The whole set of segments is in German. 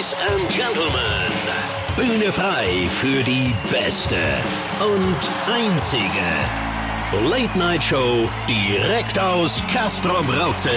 Ladies and Gentlemen, Bühne frei für die beste und einzige Late-Night-Show direkt aus Castrop-Rauxel.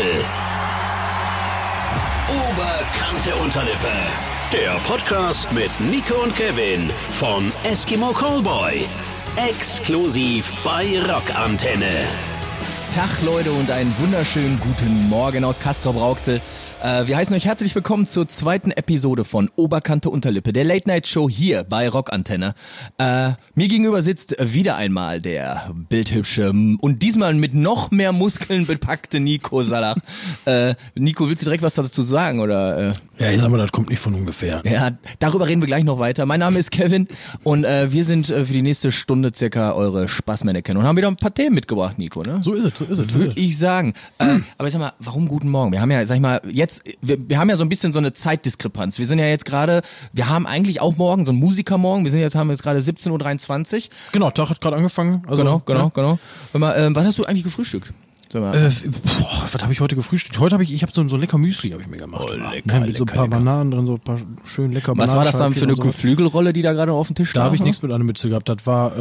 Oberkante Unterlippe, der Podcast mit Nico und Kevin von Eskimo Callboy, exklusiv bei Rockantenne. Tag Leute und einen wunderschönen guten Morgen aus Castrop-Rauxel. Wir heißen euch herzlich willkommen zur zweiten Episode von Oberkante Unterlippe, der Late-Night-Show hier bei Rockantenne. Mir gegenüber sitzt wieder einmal der bildhübsche und diesmal mit noch mehr Muskeln bepackte Nico Salach. Nico, willst du direkt was dazu sagen? Oder? Ja, ich sag mal, das kommt nicht von ungefähr. Ja, darüber reden wir gleich noch weiter. Mein Name ist Kevin und wir sind für die nächste Stunde circa eure Spaßmannequin und haben wieder ein paar Themen mitgebracht, Nico, ne? So ist es. Würde ich sagen. Aber ich sag mal, warum guten Morgen? Wir haben ja, sag ich mal, jetzt, wir haben ja so ein bisschen so eine Zeitdiskrepanz. Wir sind ja jetzt gerade, wir haben eigentlich auch morgen, so ein Musikermorgen, haben jetzt gerade 17.23 Uhr. Genau, Tag hat gerade angefangen. Also, Genau. Hör mal, was hast du eigentlich gefrühstückt? Sag mal. Was habe ich heute gefrühstückt? Heute habe ich so lecker Müsli habe ich mir gemacht. Oh, lecker, mit so ein paar Bananen drin, so ein paar schön lecker Bananen. Was war das dann für eine Geflügelrolle, die da gerade auf dem Tisch Da habe ich nichts mit einer Mütze gehabt. Das war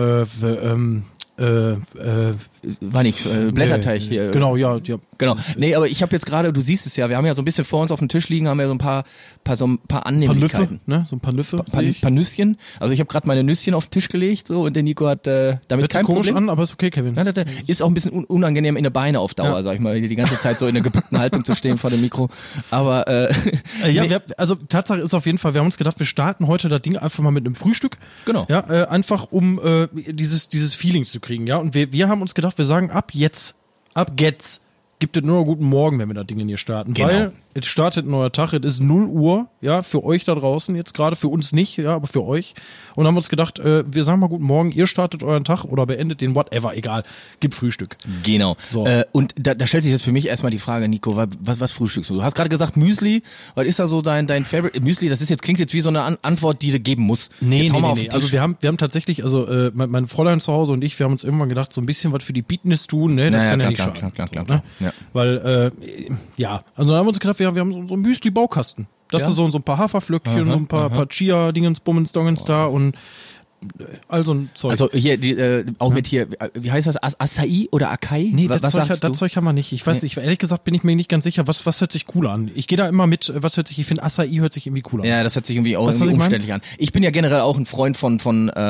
war nix, Blätterteig hier. Genau, ja. Genau. Nee, aber ich habe jetzt gerade, du siehst es ja, wir haben ja so ein bisschen vor uns auf dem Tisch liegen, haben ja so ein paar Annehmlichkeiten. Ne? So ein paar Nüffe. Paar Nüsschen. Also ich habe gerade meine Nüsschen auf den Tisch gelegt so und der Nico hat damit Hört kein sich komisch Problem. an, aber ist okay, Kevin. Ja, das ist auch ein bisschen unangenehm in den Beinen auf Dauer, sag ich mal, die ganze Zeit so in der gebückten Haltung zu stehen vor dem Mikro. Aber also Tatsache ist auf jeden Fall, wir haben uns gedacht, wir starten heute das Ding einfach mal mit einem Frühstück. Genau. Ja, einfach um dieses Feeling zu kriegen, ja. Und wir haben uns gedacht, wir sagen ab jetzt gibt es nur noch guten Morgen, wenn wir das Ding hier starten. Genau. Weil es startet ein neuer Tag, es ist 0 Uhr, ja, für euch da draußen jetzt gerade, für uns nicht, ja, aber für euch. Und haben uns gedacht, wir sagen mal guten Morgen, ihr startet euren Tag oder beendet den, whatever, egal, gibt Frühstück. Genau. So. Und da stellt sich jetzt für mich erstmal die Frage, Nico, was frühstückst du? Du hast gerade gesagt Müsli, was ist da so dein Favorite? Müsli, klingt jetzt wie so eine Antwort, die du geben musst. Nee. Also wir haben tatsächlich, mein Fräulein zu Hause und ich, wir haben uns irgendwann gedacht, so ein bisschen was für die Beatness tun, ne? Das kann ja nicht schaden. Klar. Ja. Weil, also da haben wir uns gedacht, wir haben so einen Müsli-Baukasten. Das ist so ein paar Haferflöckchen, so ein paar Chia-Dingens, Bummens, Dongens da und all so ein Zeug. Also hier, mit hier, wie heißt das, Acai oder Acai? Nee, was das Zeug haben wir nicht. Ich weiß nicht, ehrlich gesagt bin ich mir nicht ganz sicher, was hört sich cooler an. Ich gehe da immer mit, ich finde Acai hört sich irgendwie cooler an. Ja, das hört sich irgendwie auch irgendwie umständlich an. Ich bin ja generell auch ein Freund von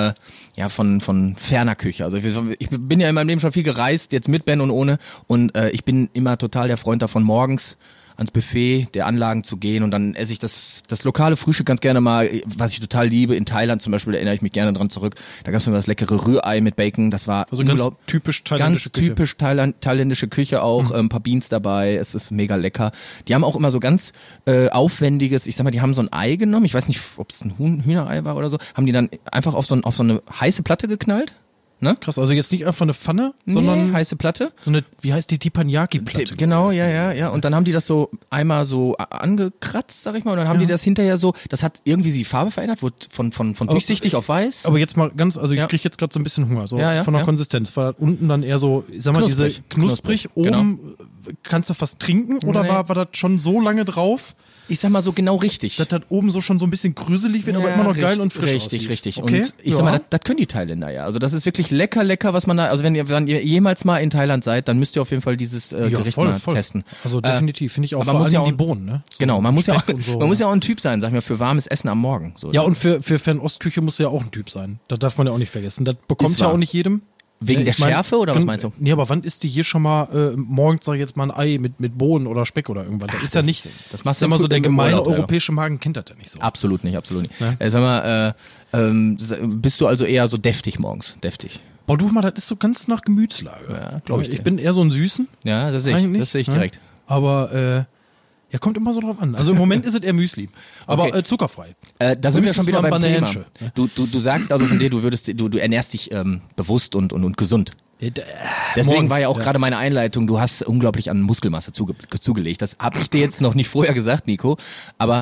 ferner Küche. Also ich bin ja in meinem Leben schon viel gereist, jetzt mit Ben und ohne. Und ich bin immer total der Freund davon, morgens ans Buffet der Anlagen zu gehen und dann esse ich das lokale Frühstück ganz gerne mal, was ich total liebe. In Thailand zum Beispiel, da erinnere ich mich gerne dran zurück. Da gab es immer das leckere Rührei mit Bacon. Das war also ganz typisch thailändische Küche auch. Ein paar Beans dabei. Es ist mega lecker. Die haben auch immer so ganz aufwendiges, ich sag mal, die haben so ein Ei genommen. Ich weiß nicht, ob es ein Hühnerei war oder so. Haben die dann einfach auf so eine heiße Platte geknallt. Ne? Krass, also jetzt nicht einfach eine Pfanne, sondern heiße Platte. So eine, wie heißt die, Teppanyaki-Platte? Genau, ja. Und dann haben die das so einmal so angekratzt, sag ich mal, und dann haben die das hinterher so, das hat irgendwie die Farbe verändert, wurde von durchsichtig auf weiß. Aber jetzt mal ganz, also ich krieg jetzt gerade so ein bisschen Hunger, so von der Konsistenz. War unten dann eher so, ich sag mal, knusprig. Oben kannst du fast trinken oder war das schon so lange drauf? Ich sag mal so genau richtig. Dass das oben so schon so ein bisschen grüselig wird, aber immer noch geil und frisch aussieht. Richtig. Okay. Und ich sag mal, das können die Thailänder ja. Also das ist wirklich lecker, was man da, also wenn ihr jemals mal in Thailand seid, dann müsst ihr auf jeden Fall dieses Gericht mal testen. Also definitiv, finde ich auch, vor allem ja auch die Bohnen, ne? So genau, man muss ja auch ein Typ sein, sag ich mal, für warmes Essen am Morgen. So. Ja, und für Fernostküche muss ja auch ein Typ sein. Das darf man ja auch nicht vergessen. Das bekommt ja auch nicht jedem. Wegen der Schärfe oder was meinst du? Nee, aber wann isst die hier schon mal morgens, sag ich jetzt mal, ein Ei mit Bohnen oder Speck oder irgendwas? Das ist ja nicht, das machst du immer so, der gemeine europäische Magen kennt das ja nicht so. Absolut nicht. Ne? Sag mal, bist du also eher so deftig morgens? Deftig. Boah, du mal, das ist so ganz nach Gemütslage. Ja, glaube ich. Ich bin eher so ein Süßen. Ja, das sehe ich direkt. Aber ja, kommt immer so drauf an. Also im Moment ist es eher Müsli, aber zuckerfrei. Da sind wir schon wieder beim Thema. Du sagst also von dir, du ernährst dich bewusst und gesund. Deswegen war ja auch gerade meine Einleitung, du hast unglaublich an Muskelmasse zugelegt. Das habe ich dir jetzt noch nicht vorher gesagt, Nico. Aber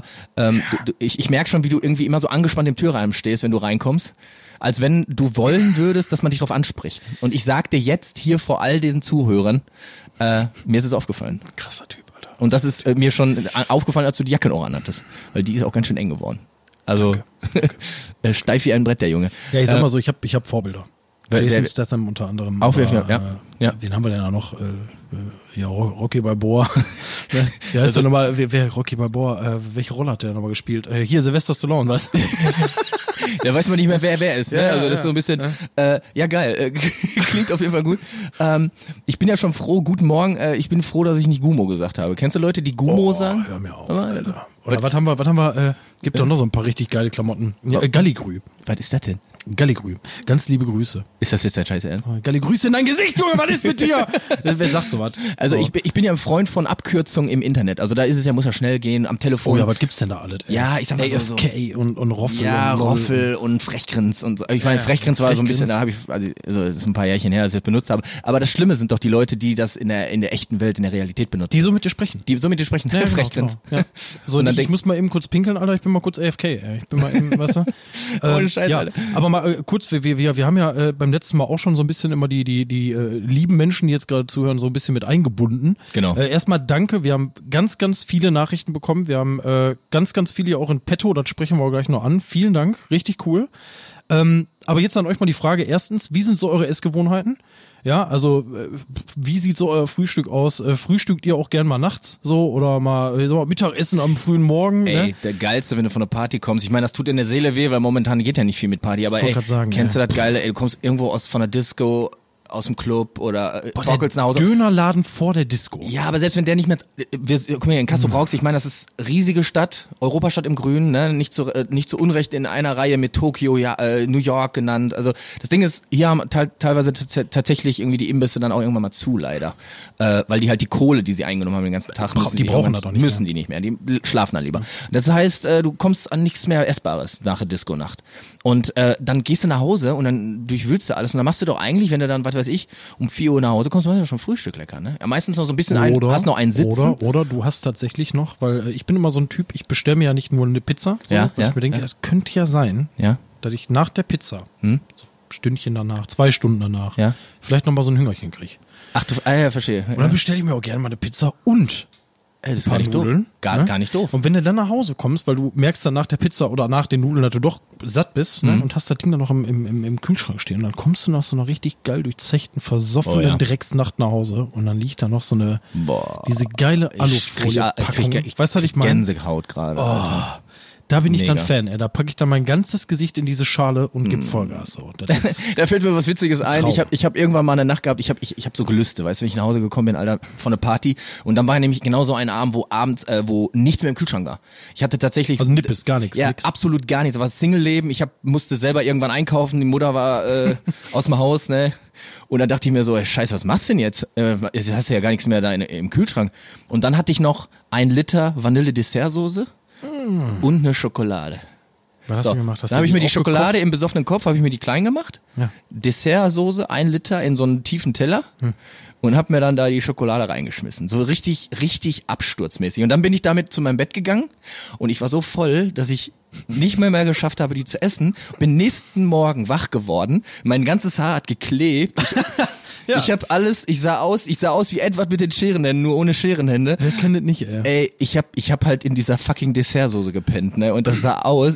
ich merke schon, wie du irgendwie immer so angespannt im Türrahmen stehst, wenn du reinkommst. Als wenn du wollen würdest, dass man dich drauf anspricht. Und ich sag dir jetzt hier vor all den Zuhörern, mir ist es aufgefallen. Krasser Typ. Alter. Und das ist mir schon aufgefallen, als du die Jacke noch anhattest. Weil die ist auch ganz schön eng geworden. Also steif wie ein Brett, der Junge. Ja, ich sag mal so, ich hab Vorbilder. Jason Statham unter anderem. Auf jeden Fall, ja. Wen haben wir denn da noch? Ja, Rocky Balboa. Wie heißt der nochmal? Wer Rocky Balboa? Welche Rolle hat der nochmal gespielt? Hier, Sylvester Stallone, was? Da weiß man nicht mehr, wer ist. Ne? Also das ist so ein bisschen, ja geil, klingt auf jeden Fall gut. Ich bin ja schon froh, guten Morgen, ich bin froh, dass ich nicht Gumo gesagt habe. Kennst du Leute, die Gumo sagen? Hör mir auf, Alter. Oder was haben wir, gibt doch noch so ein paar richtig geile Klamotten. Ja, Galligrü. Was ist das denn? Galligrü. Ganz liebe Grüße. Ist das jetzt dein Scheiß Ernst? Galligrüße in dein Gesicht, Junge, was ist mit dir? Wer sagt sowas? Also so. Ich bin ja ein Freund von Abkürzungen im Internet. Also da ist es ja, muss ja schnell gehen, am Telefon. Oh ja, was gibt's denn da alles? Ja, ich sag mal AFK und Roffel. Ja, Roffel und Frechgrins und so. Ich meine, Frechgrins war so ein bisschen, da habe ich, also das ist ein paar Jährchen her, dass ich das benutzt habe. Aber das Schlimme sind doch die Leute, die das in der echten Welt, in der Realität benutzen. Die so mit dir sprechen. Ja, Frechgrins. Genau. Ja. So, und dann ich muss mal eben kurz pinkeln, Alter, ich bin mal kurz AFK, ey. Ich bin mal eben, weißt du? Ohne Scheiß, ja, Alter. Aber mal kurz, wir haben ja beim letzten Mal auch schon so ein bisschen immer die lieben Menschen, die jetzt gerade zuhören, so ein bisschen mit eingebunden. Genau. Erstmal danke, wir haben ganz, ganz viele Nachrichten bekommen. Wir haben ganz, ganz viele auch in petto, das sprechen wir auch gleich noch an. Vielen Dank, richtig cool. Aber jetzt an euch mal die Frage, erstens, wie sind so eure Essgewohnheiten? Ja, also wie sieht so euer Frühstück aus? Frühstückt ihr auch gern mal nachts so oder mal Mittagessen am frühen Morgen? Ey, ne? der Geilste, wenn du von der Party kommst. Ich meine, das tut in der Seele weh, weil momentan geht ja nicht viel mit Party. Aber ey, kennst du das Geile? Ey, du kommst irgendwo von der Disco, aus dem Club oder torkelst nach Hause. Dönerladen vor der Disco. Ja, aber selbst wenn der nicht mehr, guck mal hier, in Castro Brauxel, ich meine, das ist riesige Stadt, Europastadt im Grünen, ne, nicht zu Unrecht in einer Reihe mit Tokio, New York genannt. Also das Ding ist, hier haben teilweise tatsächlich irgendwie die Imbisse dann auch irgendwann mal zu, leider, weil die halt die Kohle, die sie eingenommen haben den ganzen Tag, die brauchen das doch nicht. Müssen die nicht mehr, die schlafen dann lieber. Das heißt, du kommst an nichts mehr Essbares nach der Disco-Nacht. Und dann gehst du nach Hause und dann durchwühlst du alles und dann machst du doch eigentlich, wenn du dann, was weiß ich, um 4 Uhr nach Hause kommst, du hast ja schon Frühstück lecker, ne? Ja, meistens noch so ein bisschen hast noch einen sitzen. Oder du hast tatsächlich noch, weil ich bin immer so ein Typ, ich bestelle mir ja nicht nur eine Pizza, so, ich mir denke, das könnte ja sein, dass ich nach der Pizza, so ein Stündchen danach, 2 Stunden danach, vielleicht nochmal so ein Hüngerchen kriege. Ach du, ja, verstehe. Und dann bestelle ich mir auch gerne mal eine Pizza und das ist gar nicht Nudeln, doof. Gar nicht doof. Und wenn du dann nach Hause kommst, weil du merkst dann nach der Pizza oder nach den Nudeln, dass du doch satt bist, ne, und hast das Ding dann noch im Kühlschrank stehen, und dann kommst du nach so einer richtig geil durchzechten, versoffenen Drecksnacht nach Hause und dann liegt da noch so eine, diese geile Alufolie-Packung. Ich weiß, was ich meine? Gänsehaut gerade. Oh. Da bin ich dann Fan, ey. Da packe ich dann mein ganzes Gesicht in diese Schale und gib Vollgas. So. Das ist da fällt mir was Witziges ein. Ich hab irgendwann mal eine Nacht gehabt, ich hab so Gelüste, weißt du, wenn ich nach Hause gekommen bin, Alter, von der Party. Und dann war nämlich genau so ein Abend, wo nichts mehr im Kühlschrank war. Ich hatte tatsächlich... Also Nippes, gar nichts. Ja, nix. Absolut gar nichts. Das war Single-Leben. Ich musste selber irgendwann einkaufen. Die Mutter war aus dem Haus, ne? Und dann dachte ich mir so, ey, scheiße, was machst du denn jetzt? Jetzt hast du ja gar nichts mehr da im Kühlschrank. Und dann hatte ich noch 1 Liter Vanille-Dessertsoße. Und eine Schokolade. Was hast du gemacht? Dann habe ich mir die Schokolade im besoffenen Kopf, habe ich mir die klein gemacht. Ja. Dessertsoße, 1 Liter in so einen tiefen Teller. Und habe mir dann da die Schokolade reingeschmissen. So richtig absturzmäßig. Und dann bin ich damit zu meinem Bett gegangen. Und ich war so voll, dass ich nicht mehr geschafft habe, die zu essen. Bin nächsten Morgen wach geworden. Mein ganzes Haar hat geklebt. Ja. Ich sah aus wie Edward mit den Scherenhänden, nur ohne Scherenhände. Wer kennt das nicht, ey? Ey, ich hab halt in dieser fucking Dessertsoße gepennt, ne? Und das sah aus,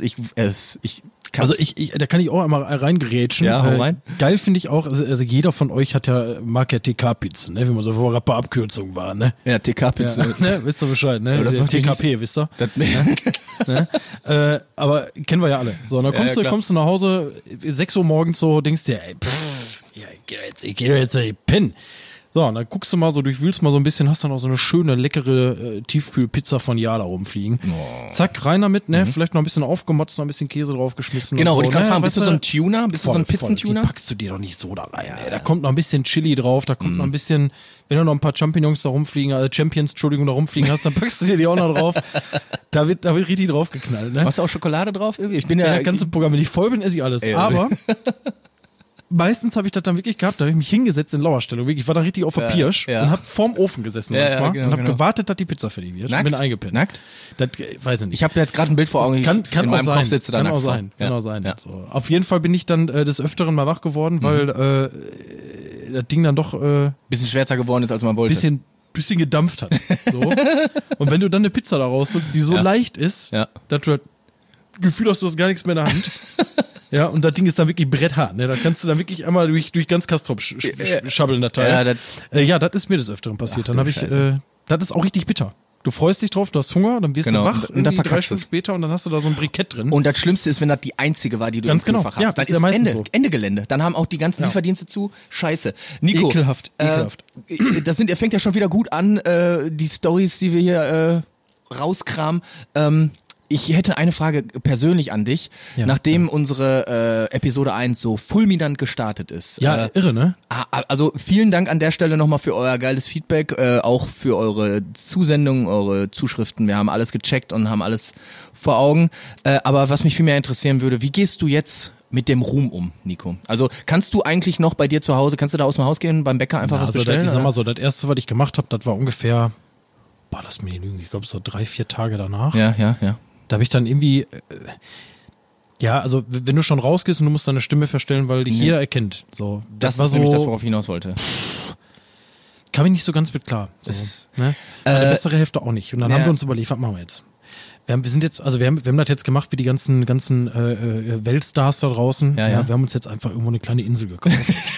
da kann ich auch einmal reingerätschen. Ja, hau rein. Geil finde ich auch, also jeder von euch mag ja TK-Pizzen, ne? Wie man so vor Rapper-Abkürzung war, ne? Ja, TK-Pizzen. Ja, ne? Wisst ihr Bescheid, ne? Ja, TKP, wisst ihr? Ne? Aber kennen wir ja alle. So, und dann kommst du nach Hause, 6 Uhr morgens so, denkst dir, ey, ich geh doch jetzt pennen. So, und dann guckst du mal so, durchwühlst mal so ein bisschen, hast dann auch so eine schöne, leckere Tiefkühlpizza von Jala rumfliegen. Oh. Zack, rein damit, ne? Vielleicht noch ein bisschen aufgemotzt, noch ein bisschen Käse draufgeschmissen. Genau, und ich kann fragen, bist du so ein Tuner? Bist du so ein Pizzentuner? Die packst du dir doch nicht so da rein, ey. Da kommt noch ein bisschen Chili drauf, da kommt noch ein bisschen, wenn du noch ein paar Champignons da rumfliegen, da rumfliegen hast, dann packst du dir die auch noch drauf. Da wird richtig draufgeknallt, ne? Hast du auch Schokolade drauf? Ich bin das ganze Programm, wenn ich voll bin, esse ich alles. Aber meistens habe ich das dann wirklich gehabt, da habe ich mich hingesetzt in Lauerstellung, wirklich, ich war da richtig auf der Pirsch und habe vorm Ofen gesessen manchmal und habe gewartet, dass die Pizza fertig wird. Nackt? Und bin eingepennt. Nackt? Das weiß ich nicht. Ich habe jetzt gerade ein Bild vor Augen, kann in meinem Kopf sitze da kann nackt auch sein. vor. Kann auch sein. Ja. So. Auf jeden Fall bin ich dann des Öfteren mal wach geworden, weil das Ding dann doch bisschen schwärzer geworden ist, als man wollte. bisschen gedampft hat. So. Und wenn du dann eine Pizza da rausholst, die so leicht ist, dass du halt Gefühl hast, du hast gar nichts mehr in der Hand. Ja, und das Ding ist dann wirklich bretthart, ne? Da kannst du dann wirklich einmal durch ganz Kastrop schabbeln, das Teil. Ja, das ist mir des Öfteren passiert. Dann habe ich, das ist auch richtig bitter. Du freust dich drauf, du hast Hunger, dann wirst du wach, und dann 3 Stunden später und dann hast du da so ein Brikett drin. Und das Schlimmste ist, wenn das die einzige war, die du ganz im Kühlfach hast. Ja, das ist ja meistens Ende Gelände. Dann haben auch die ganzen Lieferdienste zu. Scheiße. Nico. Ekelhaft. Fängt ja schon wieder gut an, die Storys, die wir hier rauskramen. Ich hätte eine Frage persönlich an dich, nachdem unsere Episode 1 so fulminant gestartet ist. Ja, irre, ne? Also vielen Dank an der Stelle nochmal für euer geiles Feedback, auch für eure Zusendungen, eure Zuschriften. Wir haben alles gecheckt und haben alles vor Augen. Aber was mich viel mehr interessieren würde, wie gehst du jetzt mit dem Ruhm um, Nico? Also kannst du eigentlich noch bei dir zu Hause, kannst du da aus dem Haus gehen, beim Bäcker einfach was bestellen? Ich sag mal so, das erste, was ich gemacht habe, das war ungefähr, lass mich nicht lügen, ich glaube so 3-4 Tage danach. Ja. Da habe ich dann irgendwie, also wenn du schon rausgehst und du musst deine Stimme verstellen, weil dich jeder erkennt. So, das war so, nämlich das, worauf ich hinaus wollte. Kam ich nicht so ganz mit klar. So, ne? Der bessere Hälfte auch nicht. Und dann haben wir uns überlegt, was machen wir jetzt? Wir haben das jetzt gemacht wie die ganzen Weltstars da draußen. Ja, wir haben uns jetzt einfach irgendwo eine kleine Insel gekauft.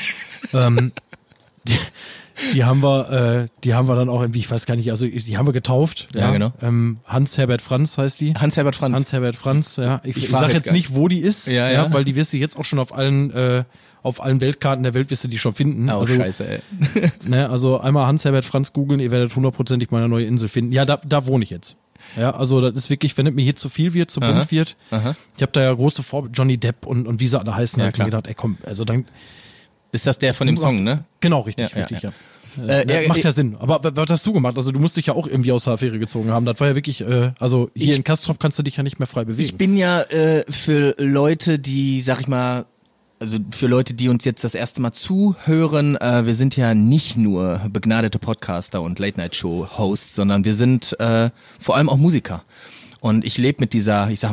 Die haben wir dann auch irgendwie, ich weiß gar nicht, also die haben wir getauft. Ja, genau. Hans-Herbert Franz heißt die. Hans-Herbert Franz, ja. Ich sag jetzt nicht, wo die ist, weil die wirst du jetzt auch schon auf allen Weltkarten der Welt wirst du die schon finden. Oh, also, scheiße, ey. Ne, also einmal Hans-Herbert Franz googeln, ihr werdet 100%ig meine neue Insel finden. Ja, da wohne ich jetzt. Ja, also das ist wirklich, wenn es mir hier zu viel wird, zu bunt wird. Ich habe da ja große Vorbilder, Johnny Depp und wie sie alle heißen. Da hab ich mir gedacht, ey komm, also dann... Ist das der von dem Song, ne? Genau, richtig. Macht ja Sinn. Aber was hast du gemacht? Also du musst dich ja auch irgendwie aus der Affäre gezogen haben. Das war ja wirklich, also hier in Castrop kannst du dich ja nicht mehr frei bewegen. Ich bin ja für Leute, die, sag ich mal, also für Leute, die uns jetzt das erste Mal zuhören, wir sind ja nicht nur begnadete Podcaster und Late-Night-Show-Hosts, sondern wir sind vor allem auch Musiker. Und ich lebe mit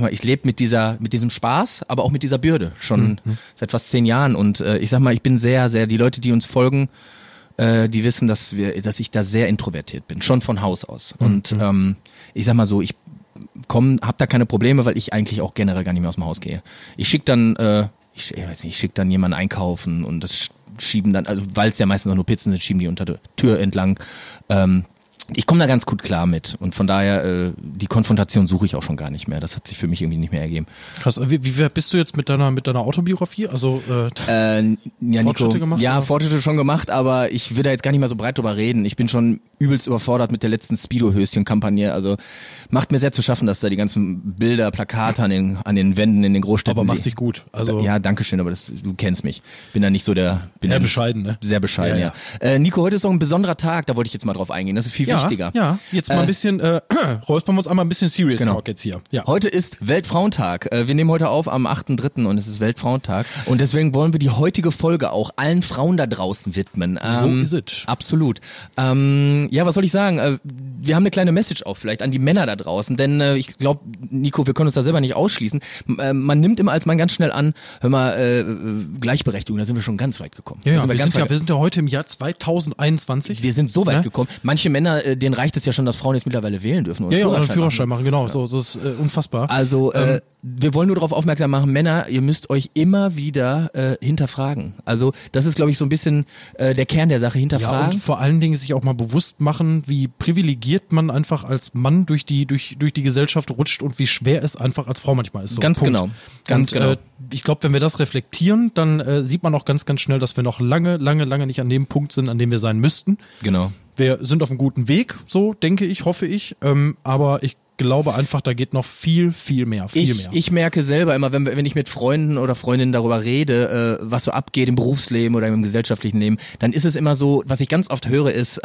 mit diesem Spaß, aber auch mit dieser Bürde schon seit fast 10 Jahren. Und ich sag mal, ich bin sehr, sehr, die Leute, die uns folgen, die wissen, dass ich da sehr introvertiert bin, schon von Haus aus. Und ich sag mal so, ich hab da keine Probleme, weil ich eigentlich auch generell gar nicht mehr aus dem Haus gehe. Ich schicke dann, ich schicke dann jemanden einkaufen und das schieben dann, also weil es ja meistens nur Pizzen sind, schieben die unter der Tür entlang. Ich komme da ganz gut klar mit und von daher die Konfrontation suche ich auch schon gar nicht mehr. Das hat sich für mich irgendwie nicht mehr ergeben. Krass, wie bist du jetzt mit deiner Autobiografie? Also Fortschritte gemacht? Ja, oder? Fortschritte schon gemacht, aber ich will da jetzt gar nicht mal so breit drüber reden. Ich bin schon übelst überfordert mit der letzten Speedo-Höschen-Kampagne. Also macht mir sehr zu schaffen, dass da die ganzen Bilder, Plakate an den Wänden in den Großstädten. Aber machst dich gut. Also ja, danke schön, aber du kennst mich. Bin da nicht so bin bescheiden, ne? Sehr bescheiden, ja. Nico, heute ist auch ein besonderer Tag, da wollte ich jetzt mal drauf eingehen. Das ist viel wichtiger. Ja, jetzt mal ein bisschen, räuspern wir uns einmal ein bisschen Serious Talk jetzt hier. Ja. Heute ist Weltfrauentag. Wir nehmen heute auf am 8.3. und es ist Weltfrauentag. Und deswegen wollen wir die heutige Folge auch allen Frauen da draußen widmen. So ist es. Absolut. Ja, was soll ich sagen? Wir haben eine kleine Message auch vielleicht an die Männer da draußen, denn ich glaube, Nico, wir können uns da selber nicht ausschließen. Man nimmt immer als Mann ganz schnell an, hör mal, Gleichberechtigung, da sind wir schon ganz weit gekommen. Ja, wir sind ja heute im Jahr 2021. Wir sind so weit gekommen. Manche Männer, denen reicht es ja schon, dass Frauen jetzt mittlerweile wählen dürfen und einen Führerschein machen. Genau, so das ist unfassbar. Also wir wollen nur darauf aufmerksam machen, Männer, ihr müsst euch immer wieder hinterfragen. Also das ist, glaube ich, so ein bisschen der Kern der Sache, hinterfragen. Ja, und vor allen Dingen sich auch mal bewusst machen, wie privilegiert man einfach als Mann durch die Gesellschaft rutscht und wie schwer es einfach als Frau manchmal ist. So, ganz Punkt. genau. Ganz genau. Ich glaube, wenn wir das reflektieren, dann sieht man auch ganz, ganz schnell, dass wir noch lange nicht an dem Punkt sind, an dem wir sein müssten. Genau. Wir sind auf einem guten Weg, so denke ich, hoffe ich. Aber ich glaube einfach, da geht noch viel mehr. Ich merke selber immer, wenn ich mit Freunden oder Freundinnen darüber rede, was so abgeht im Berufsleben oder im gesellschaftlichen Leben, dann ist es immer so, was ich ganz oft höre, ist,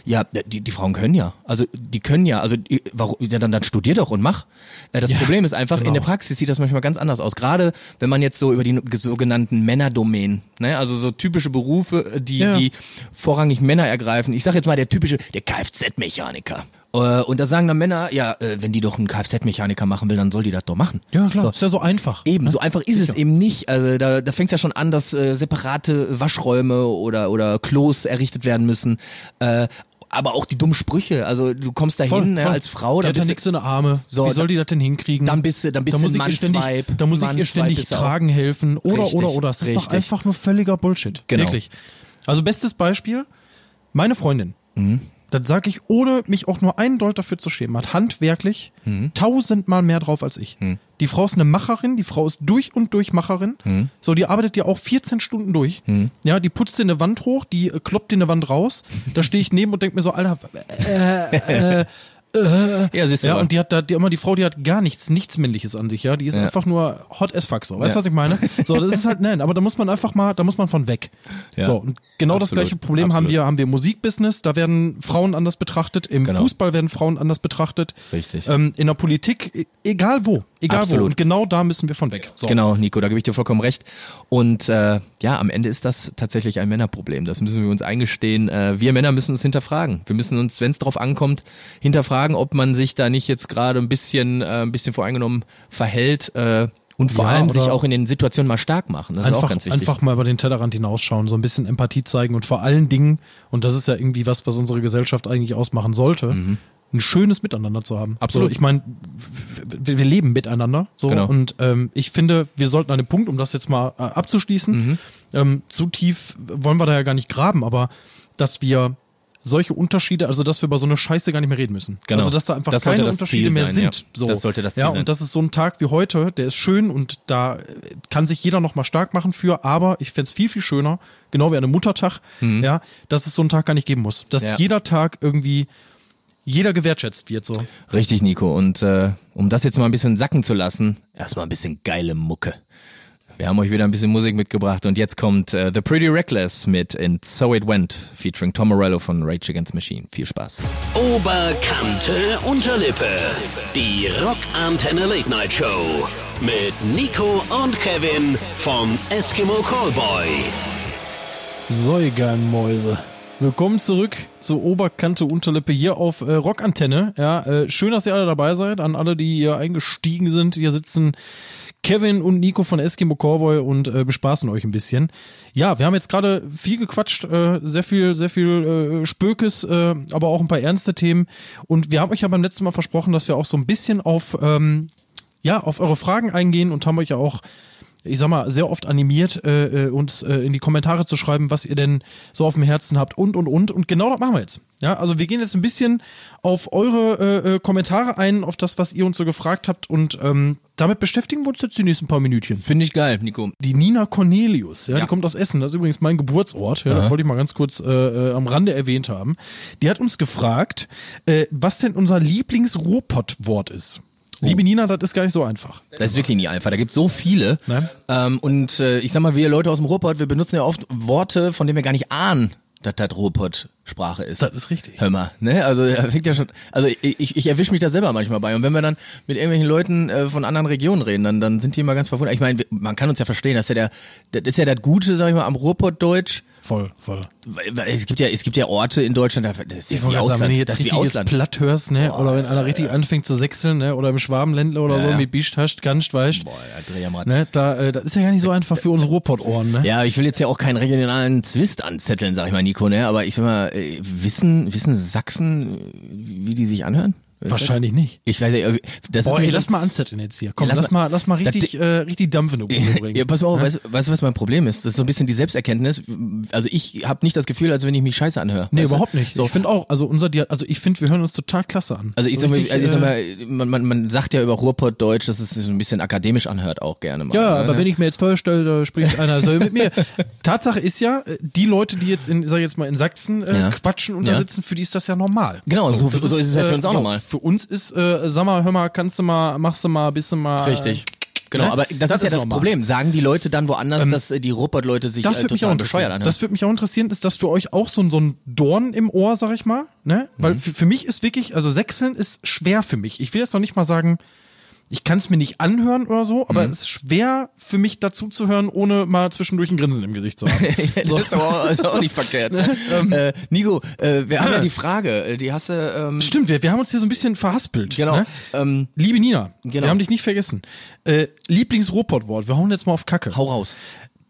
die Frauen können ja. Also die können ja, also warum, dann studier doch und mach. Das Problem ist einfach, in der Praxis sieht das manchmal ganz anders aus. Gerade wenn man jetzt so über die sogenannten Männerdomänen, ne, also so typische Berufe, die vorrangig Männer ergreifen. Ich sag jetzt mal der Kfz-Mechaniker. Und da sagen dann Männer, wenn die doch einen Kfz-Mechaniker machen will, dann soll die das doch machen. Ja, klar, ist ja so einfach. Eben, ne? So einfach ist es eben nicht. Also da fängt es ja schon an, dass separate Waschräume oder Klos errichtet werden müssen. aber auch die dummen Sprüche. Also du kommst da hin als Frau, die dann hat ja bist nichts in den Arme. So, wie soll die das denn hinkriegen? dann bist du da muss ein ich ihr ständig tragen helfen oder. Das ist doch einfach nur völliger Bullshit. Genau. Wirklich. Also bestes Beispiel, meine Freundin. Das sage ich, ohne mich auch nur einen Deut dafür zu schämen, hat handwerklich 1000-mal mehr drauf als ich. Die Frau ist eine Macherin, die Frau ist durch und durch Macherin. So, die arbeitet ja auch 14 Stunden durch. Ja, die putzt dir eine Wand hoch, die kloppt dir eine Wand raus. Da stehe ich neben und denke mir so, Alter, ja, siehst du ja, mal. und die hat gar nichts Männliches an sich, ja. Die ist einfach nur hot as fuck, so. Weißt du, was ich meine? So, das ist halt, nein, aber da muss man von weg. Ja. So, und genau das gleiche Problem haben wir im Musikbusiness, da werden Frauen anders betrachtet, im Fußball werden Frauen anders betrachtet. Richtig. In der Politik, egal wo. Und genau da müssen wir von weg. So. Genau, Nico, da gebe ich dir vollkommen recht. Und am Ende ist das tatsächlich ein Männerproblem. Das müssen wir uns eingestehen. Wir Männer müssen uns hinterfragen. Wir müssen uns, wenn es drauf ankommt, hinterfragen, ob man sich da nicht jetzt gerade ein bisschen voreingenommen verhält und vor allem sich auch in den Situationen mal stark machen. Das ist auch ganz wichtig. Einfach mal über den Tellerrand hinausschauen, so ein bisschen Empathie zeigen und vor allen Dingen, und das ist ja irgendwie was unsere Gesellschaft eigentlich ausmachen sollte, ein schönes Miteinander zu haben. Absolut. So, ich meine, wir leben miteinander. So, genau. Und ich finde, wir sollten an dem Punkt, um das jetzt mal abzuschließen, zu tief wollen wir da ja gar nicht graben, aber dass wir solche Unterschiede, also dass wir über so eine Scheiße gar nicht mehr reden müssen. Genau. Also dass da einfach keine Unterschiede mehr sind. Ja. So. Das sollte das Ziel sein. Und das ist so ein Tag wie heute, der ist schön und da kann sich jeder nochmal stark machen für, aber ich fänd's viel, viel schöner, genau wie an einem Muttertag, ja, dass es so einen Tag gar nicht geben muss. Dass jeder Tag irgendwie jeder gewertschätzt wird, so. Richtig, Nico. Und um das jetzt mal ein bisschen sacken zu lassen, erstmal ein bisschen geile Mucke. Wir haben euch wieder ein bisschen Musik mitgebracht und jetzt kommt The Pretty Reckless mit And So It Went featuring Tom Morello von Rage Against the Machine. Viel Spaß. Oberkante Unterlippe. Die Rockantenne Late Night Show mit Nico und Kevin vom Eskimo Callboy. So, ihr geilen Mäuse. Willkommen zurück zur Oberkante Unterlippe hier auf Rockantenne. Ja, schön, dass ihr alle dabei seid. An alle, die hier eingestiegen sind. Hier sitzen Kevin und Nico von Eskimo Callboy und bespaßen euch ein bisschen. Ja, wir haben jetzt gerade viel gequatscht, sehr viel Spökes, aber auch ein paar ernste Themen. Und wir haben euch ja beim letzten Mal versprochen, dass wir auch so ein bisschen auf eure Fragen eingehen und haben euch ja auch, ich sag mal, sehr oft animiert, uns in die Kommentare zu schreiben, was ihr denn so auf dem Herzen habt und. Und genau das machen wir jetzt. Ja, also wir gehen jetzt ein bisschen auf eure Kommentare ein, auf das, was ihr uns so gefragt habt und damit beschäftigen wir uns jetzt die nächsten paar Minütchen. Finde ich geil, Nico. Die Nina Cornelius, die kommt aus Essen, das ist übrigens mein Geburtsort, das wollte ich mal ganz kurz am Rande erwähnt haben. Die hat uns gefragt, was denn unser Lieblings-Ruhrpott-Wort ist. Liebe Nina, das ist gar nicht so einfach. Das ist wirklich nie einfach. Da gibt es so viele. Und ich sag mal, wir Leute aus dem Ruhrpott, wir benutzen ja oft Worte, von denen wir gar nicht ahnen, dass das Ruhrpott-Sprache ist. Das ist richtig. Hör mal, ne? Also fängt ja schon. Also ich erwische mich da selber manchmal bei. Und wenn wir dann mit irgendwelchen Leuten von anderen Regionen reden, dann sind die immer ganz verwundert. Ich meine, man kann uns ja verstehen, das ist ja das Gute, sag ich mal, am Ruhrpottdeutsch. Voll. Es gibt ja Orte in Deutschland, das ist ja wie Ausland. Wenn du jetzt das ist wie richtig Ausland. platt hörst, ne? Oder wenn einer richtig anfängt zu sechseln, ne? Oder im Schwabenländler oder so mit Bischt hast, kannst, weißt. Boah, ja, dreh am Rad. Ne? Das ist ja gar nicht so einfach für unsere Ruhrpott-Ohren, ne? Ja, ich will jetzt ja auch keinen regionalen Zwist anzetteln, sag ich mal, Nico, ne? Aber ich sag mal, wissen Sachsen, wie die sich anhören? Wahrscheinlich nicht. Ich weiß nicht, das Boah, ist lass mal anzetteln jetzt hier. Komm, lass mal richtig Dampf in die Bude bringen. Ja, pass mal auf, weißt du, was mein Problem ist? Das ist so ein bisschen die Selbsterkenntnis. Also ich habe nicht das Gefühl, als wenn ich mich scheiße anhöre. Nee, überhaupt nicht. So. Ich finde auch, ich finde, wir hören uns total klasse an. Also ich sag mal, man sagt ja über Ruhrpottdeutsch, dass es sich so ein bisschen akademisch anhört auch gerne mal. Ja, aber wenn ich mir jetzt vorstelle, da spricht einer so mit mir. Tatsache ist ja, die Leute, die jetzt in Sachsen quatschen und da sitzen, für die ist das ja normal. Genau, so ist es ja für uns auch normal. Für uns ist, sag mal, hör mal, machst du mal, bist du mal. Richtig. Genau, aber das ist ja das normal. Problem. Sagen die Leute dann woanders, dass die Ruhrpott-Leute sich total bescheuert anhören? Das würde mich auch interessieren, ist das für euch auch so ein Dorn im Ohr, sag ich mal? Ne? Weil für mich ist wirklich, also Sächseln ist schwer für mich. Ich will jetzt noch nicht mal sagen, ich kann es mir nicht anhören oder so, aber es ist schwer für mich dazu zu hören, ohne mal zwischendurch ein Grinsen im Gesicht zu haben. So. Das ist auch nicht verkehrt. Nico, wir haben ja die Frage, die hast du... Stimmt, wir haben uns hier so ein bisschen verhaspelt. Genau. Ne? Liebe Nina, wir haben dich nicht vergessen. Lieblings-Ruhrpott-Wort, wir hauen jetzt mal auf Kacke. Hau raus.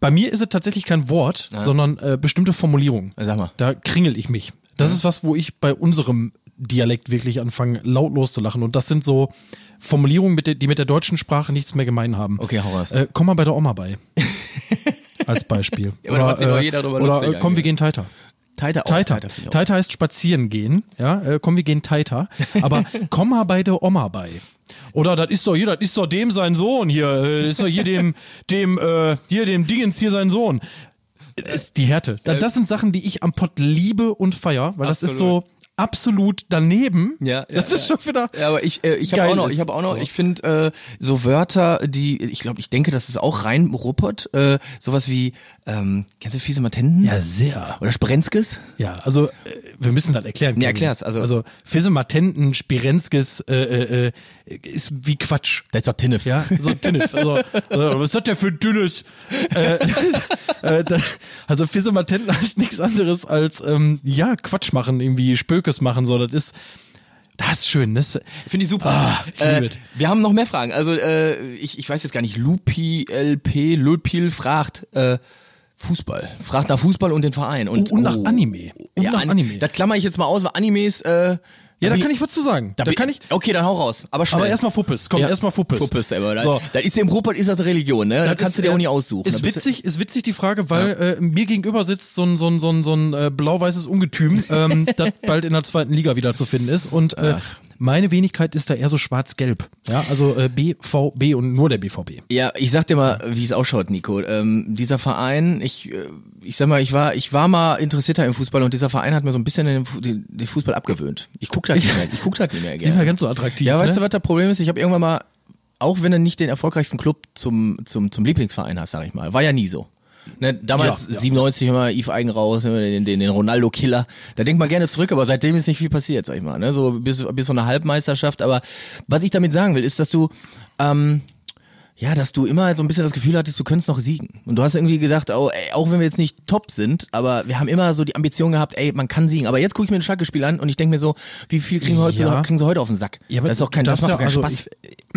Bei mir ist es tatsächlich kein Wort, sondern bestimmte Formulierungen. Sag mal. Da kringel ich mich. Das ist was, wo ich bei unserem Dialekt wirklich anfange, laut loszulachen. Und das sind so Formulierungen, die mit der deutschen Sprache nichts mehr gemein haben. Okay, hau raus. Komm mal bei der Oma bei. Als Beispiel. Ja, aber da macht sich doch jeder drüber lustig komm, wir gehen Taita. Taita Taita heißt spazieren gehen, ja, komm, wir gehen Taita, aber komm mal bei der Oma bei. Oder das ist doch dem sein Sohn hier, ist doch hier dem Dingens hier sein Sohn. Ist die Härte. Das sind Sachen, die ich am Pott liebe und feier, weil das ist so absolut daneben. Ja, das ist schon wieder. Ja, aber ich habe auch noch, ich finde so Wörter, die, ich denke, das ist auch rein Ruppert, sowas wie, kennst du fiese Matenten? Ja, sehr. Oder Spirenskis? Ja, also wir müssen das erklären. Ja, erklär's. Also fiese Matenten, Spirenskis ist wie Quatsch. Das ist doch Tinnef. Ja, so Tinnef. Also, was ist das denn für ein dünnes? Also fiese Matenten heißt nichts anderes als Quatsch machen, irgendwie Spökes machen. So, das ist schön. Das finde ich super. Wir haben noch mehr Fragen. Also ich weiß jetzt gar nicht. Lupil fragt Fußball. Fragt nach Fußball und den Verein. Und nach Anime. Anime. Das klammer ich jetzt mal aus, weil Animes ja, da kann ich was zu sagen. Okay, dann hau raus. Aber schnell. Aber erstmal Fuppes. Komm, erstmal Fuppes. Fuppes selber. So. Das ist im Ruppert ist das eine Religion, ne? Da kannst du dir auch nicht aussuchen. Ist witzig die Frage, weil mir gegenüber sitzt so ein blau-weißes Ungetüm, das bald in der 2. Liga wieder zu finden ist. Und meine Wenigkeit ist da eher so schwarz-gelb. Ja, also BVB und nur der BVB. Ja, ich sag dir mal, wie es ausschaut, Nico. Dieser Verein, ich sag mal, ich war mal interessierter im Fußball und dieser Verein hat mir so ein bisschen den Fußball abgewöhnt. Ich guck da nicht mehr gerne. Sind wir ganz so attraktiv. Ja, weißt du, was das Problem ist? Ich habe irgendwann mal, auch wenn du nicht den erfolgreichsten Club zum Lieblingsverein hast, sag ich mal, war ja nie so. Ne, damals 97 immer Yves Eigen raus, den Ronaldo-Killer. Da denkt man gerne zurück, aber seitdem ist nicht viel passiert, sag ich mal. Ne? So bis so eine Halbmeisterschaft. Aber was ich damit sagen will, ist, dass du dass du immer so ein bisschen das Gefühl hattest, du könntest noch siegen. Und du hast irgendwie gedacht, auch wenn wir jetzt nicht top sind, aber wir haben immer so die Ambition gehabt, man kann siegen. Aber jetzt gucke ich mir ein Schalke-Spiel an und ich denke mir so, wie viel kriegen sie heute auf den Sack? Ja, das ist auch das macht keinen Spaß.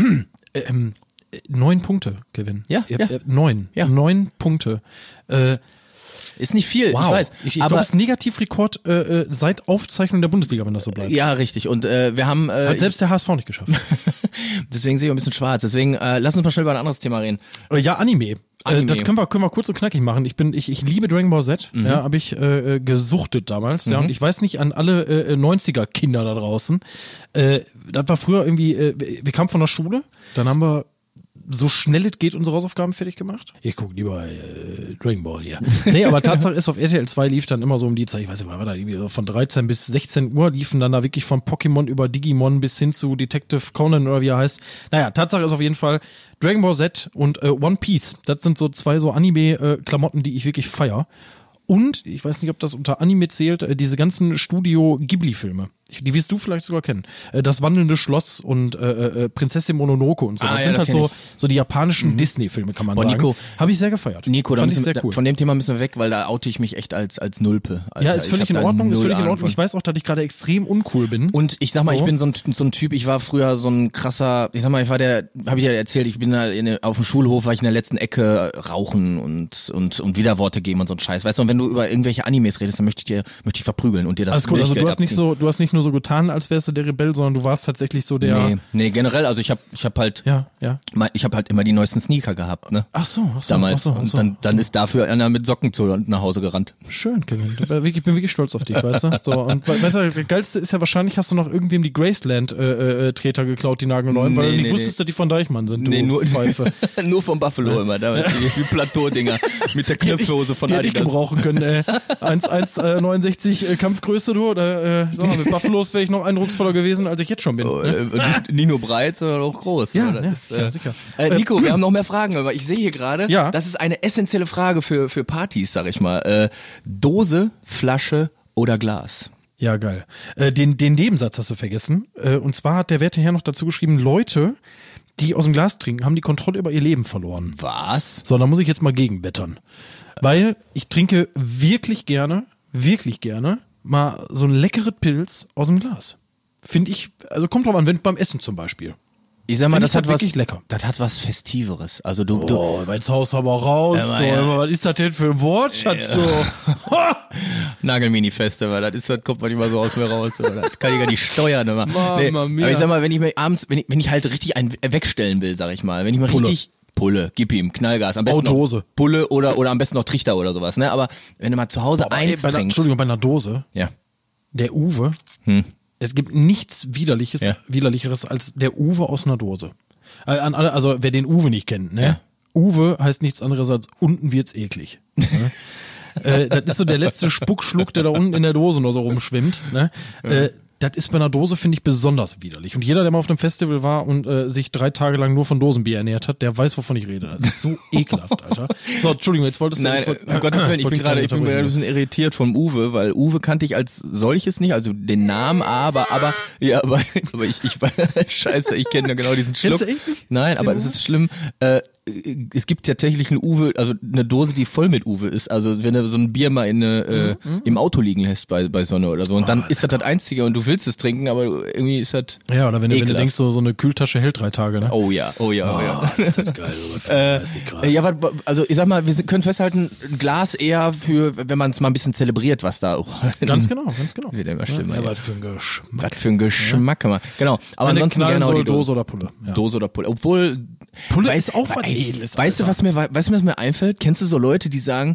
9 Punkte, Kevin. Ja. 9. Ja. 9 Punkte. Ist nicht viel, wow. Ich weiß. Ich glaube, es ist ein Negativrekord seit Aufzeichnung der Bundesliga, wenn das so bleibt. Ja, richtig. Und wir haben hat selbst der HSV nicht geschafft. Deswegen sehe ich ein bisschen schwarz. Deswegen lass uns mal schnell über ein anderes Thema reden. Ja, Anime. Das können wir kurz und knackig machen. Ich liebe Dragon Ball Z. Ja, habe ich gesuchtet damals. Ja, und ich weiß nicht an alle 90er-Kinder da draußen. Das war früher irgendwie, wir kamen von der Schule, dann haben wir so schnell es geht unsere Hausaufgaben fertig gemacht. Ich gucke lieber Dragon Ball hier. Nee, aber Tatsache ist, auf RTL 2 lief dann immer so um die Zeit, ich weiß nicht, war da irgendwie so von 13 bis 16 Uhr liefen dann da wirklich von Pokémon über Digimon bis hin zu Detective Conan oder wie er heißt. Naja, Tatsache ist auf jeden Fall Dragon Ball Z und One Piece. Das sind so zwei so Anime-Klamotten, die ich wirklich feier. Und, ich weiß nicht, ob das unter Anime zählt, diese ganzen Studio Ghibli-Filme. Die wirst du vielleicht sogar kennen. Das wandelnde Schloss und Prinzessin Mononoke und so. Das sind halt so die japanischen Disney-Filme, kann man sagen. Nico, habe ich sehr gefeiert. Nico, von dem Thema müssen wir weg, weil da oute ich mich echt als Nulpe. Alter. Ja, ist völlig in Ordnung. Ich weiß auch, dass ich gerade extrem uncool bin. Und ich sag mal, ich bin so ein Typ, ich war früher so ein krasser, ich sag mal, habe ich ja erzählt, ich bin da auf dem Schulhof, war ich in der letzten Ecke rauchen und Widerworte geben und so ein Scheiß. Weißt du, und wenn du über irgendwelche Animes redest, dann möchte ich verprübel und dir das alles gut, also du hast nicht nur so getan, als wärst du der Rebell, sondern du warst tatsächlich so der... Nee, generell, also ich hab halt ich habe halt immer die neuesten Sneaker gehabt, ne? Ach so. Damals. Und dann ist dafür einer mit Socken nach Hause gerannt. Schön, Kevin. Ich bin wirklich stolz auf dich, weißt du? So, und weißt du, das Geilste ist ja wahrscheinlich, hast du noch irgendwem die Graceland-Treter geklaut, die nagelneuen, weil du nicht wusstest, dass die von Deichmann sind, nur Pfeife. Nur vom Buffalo immer, die Plateau-Dinger mit der Knöpfehose von Adidas. Die gebrauchen können, 1,69 Kampfgröße, du, oder sag mal, mit Buffalos wäre ich noch eindrucksvoller gewesen, als ich jetzt schon bin. Nicht nur breit, sondern auch groß. Ja, sicher. Nico, wir haben noch mehr Fragen, aber ich sehe hier gerade, das ist eine essentielle Frage für Partys, sag ich mal. Dose, Flasche oder Glas? Ja, geil. Den Nebensatz hast du vergessen. Und zwar hat der werte Herr noch dazu geschrieben, Leute, die aus dem Glas trinken, haben die Kontrolle über ihr Leben verloren. Was? So, da muss ich jetzt mal gegenwettern. Weil ich trinke wirklich gerne mal so ein leckeres Pilz aus dem Glas. Finde ich, also kommt drauf an, wenn beim Essen zum Beispiel. Ich sag mal, das hat was, wirklich lecker. Das hat was Festiveres. Also Jetzt haust du aber raus. Was ist das denn für ein Wort, Schatz? Nagelmini-Festival, das kommt man immer so aus mir raus. Das kann ich gar nicht steuern immer. Mama mia. Aber ich sag mal, wenn ich mir abends, wenn ich halt richtig einen wegstellen will, sag ich mal, wenn ich mal Pulle. richtig Pulle, gib ihm, Knallgas, am besten Dose. noch Pulle oder am besten noch Trichter oder sowas, ne? Aber wenn du mal zu Hause eins trinkst. Entschuldigung, bei einer Dose, Ja. der Uwe, es gibt nichts Widerlicheres als der Uwe aus einer Dose. An alle, also wer den Uwe nicht kennt, ne? Ja. Uwe heißt nichts anderes als unten wird's eklig. Ne? Das ist so der letzte Spuckschluck, der da unten in der Dose nur so rumschwimmt. Ne? Das ist bei einer Dose, finde ich, besonders widerlich. Und jeder, der mal auf einem Festival war und sich 3 Tage lang nur von Dosenbier ernährt hat, der weiß, wovon ich rede. Das ist so ekelhaft, Alter. So, Entschuldigung, jetzt wolltest du... Nein, um Gottes Willen, ich bin gerade ein bisschen irritiert vom Uwe, weil Uwe kannte ich als solches nicht, also den Namen, aber ich scheiße, ich kenne ja genau diesen Schluck. Kennst du echt nicht? Nein, aber es ist schlimm, es gibt ja tatsächlich einen Uwe, also eine Dose, die voll mit Uwe ist. Also wenn du so ein Bier mal im Auto liegen lässt bei Sonne oder so und dann ist das Einzige und du willst es trinken, aber irgendwie ist das Ja, oder wenn du denkst, so eine Kühltasche hält 3 Tage, ne? Oh ja. Ist das geil, so bei 35 Grad. Ja, also ich sag mal, wir können festhalten, ein Glas eher für, wenn man es mal ein bisschen zelebriert, was da Ganz genau. Wird immer schlimmer. Ja, Ja, was für ein Geschmack. was für ein Geschmack, ja. Genau. Aber ansonsten gerne auch die Dose oder Pulle. Ja. Dose oder Pulle. Obwohl Pulle ist auch was Edles, Weißt du, was mir einfällt? Kennst du so Leute, die sagen,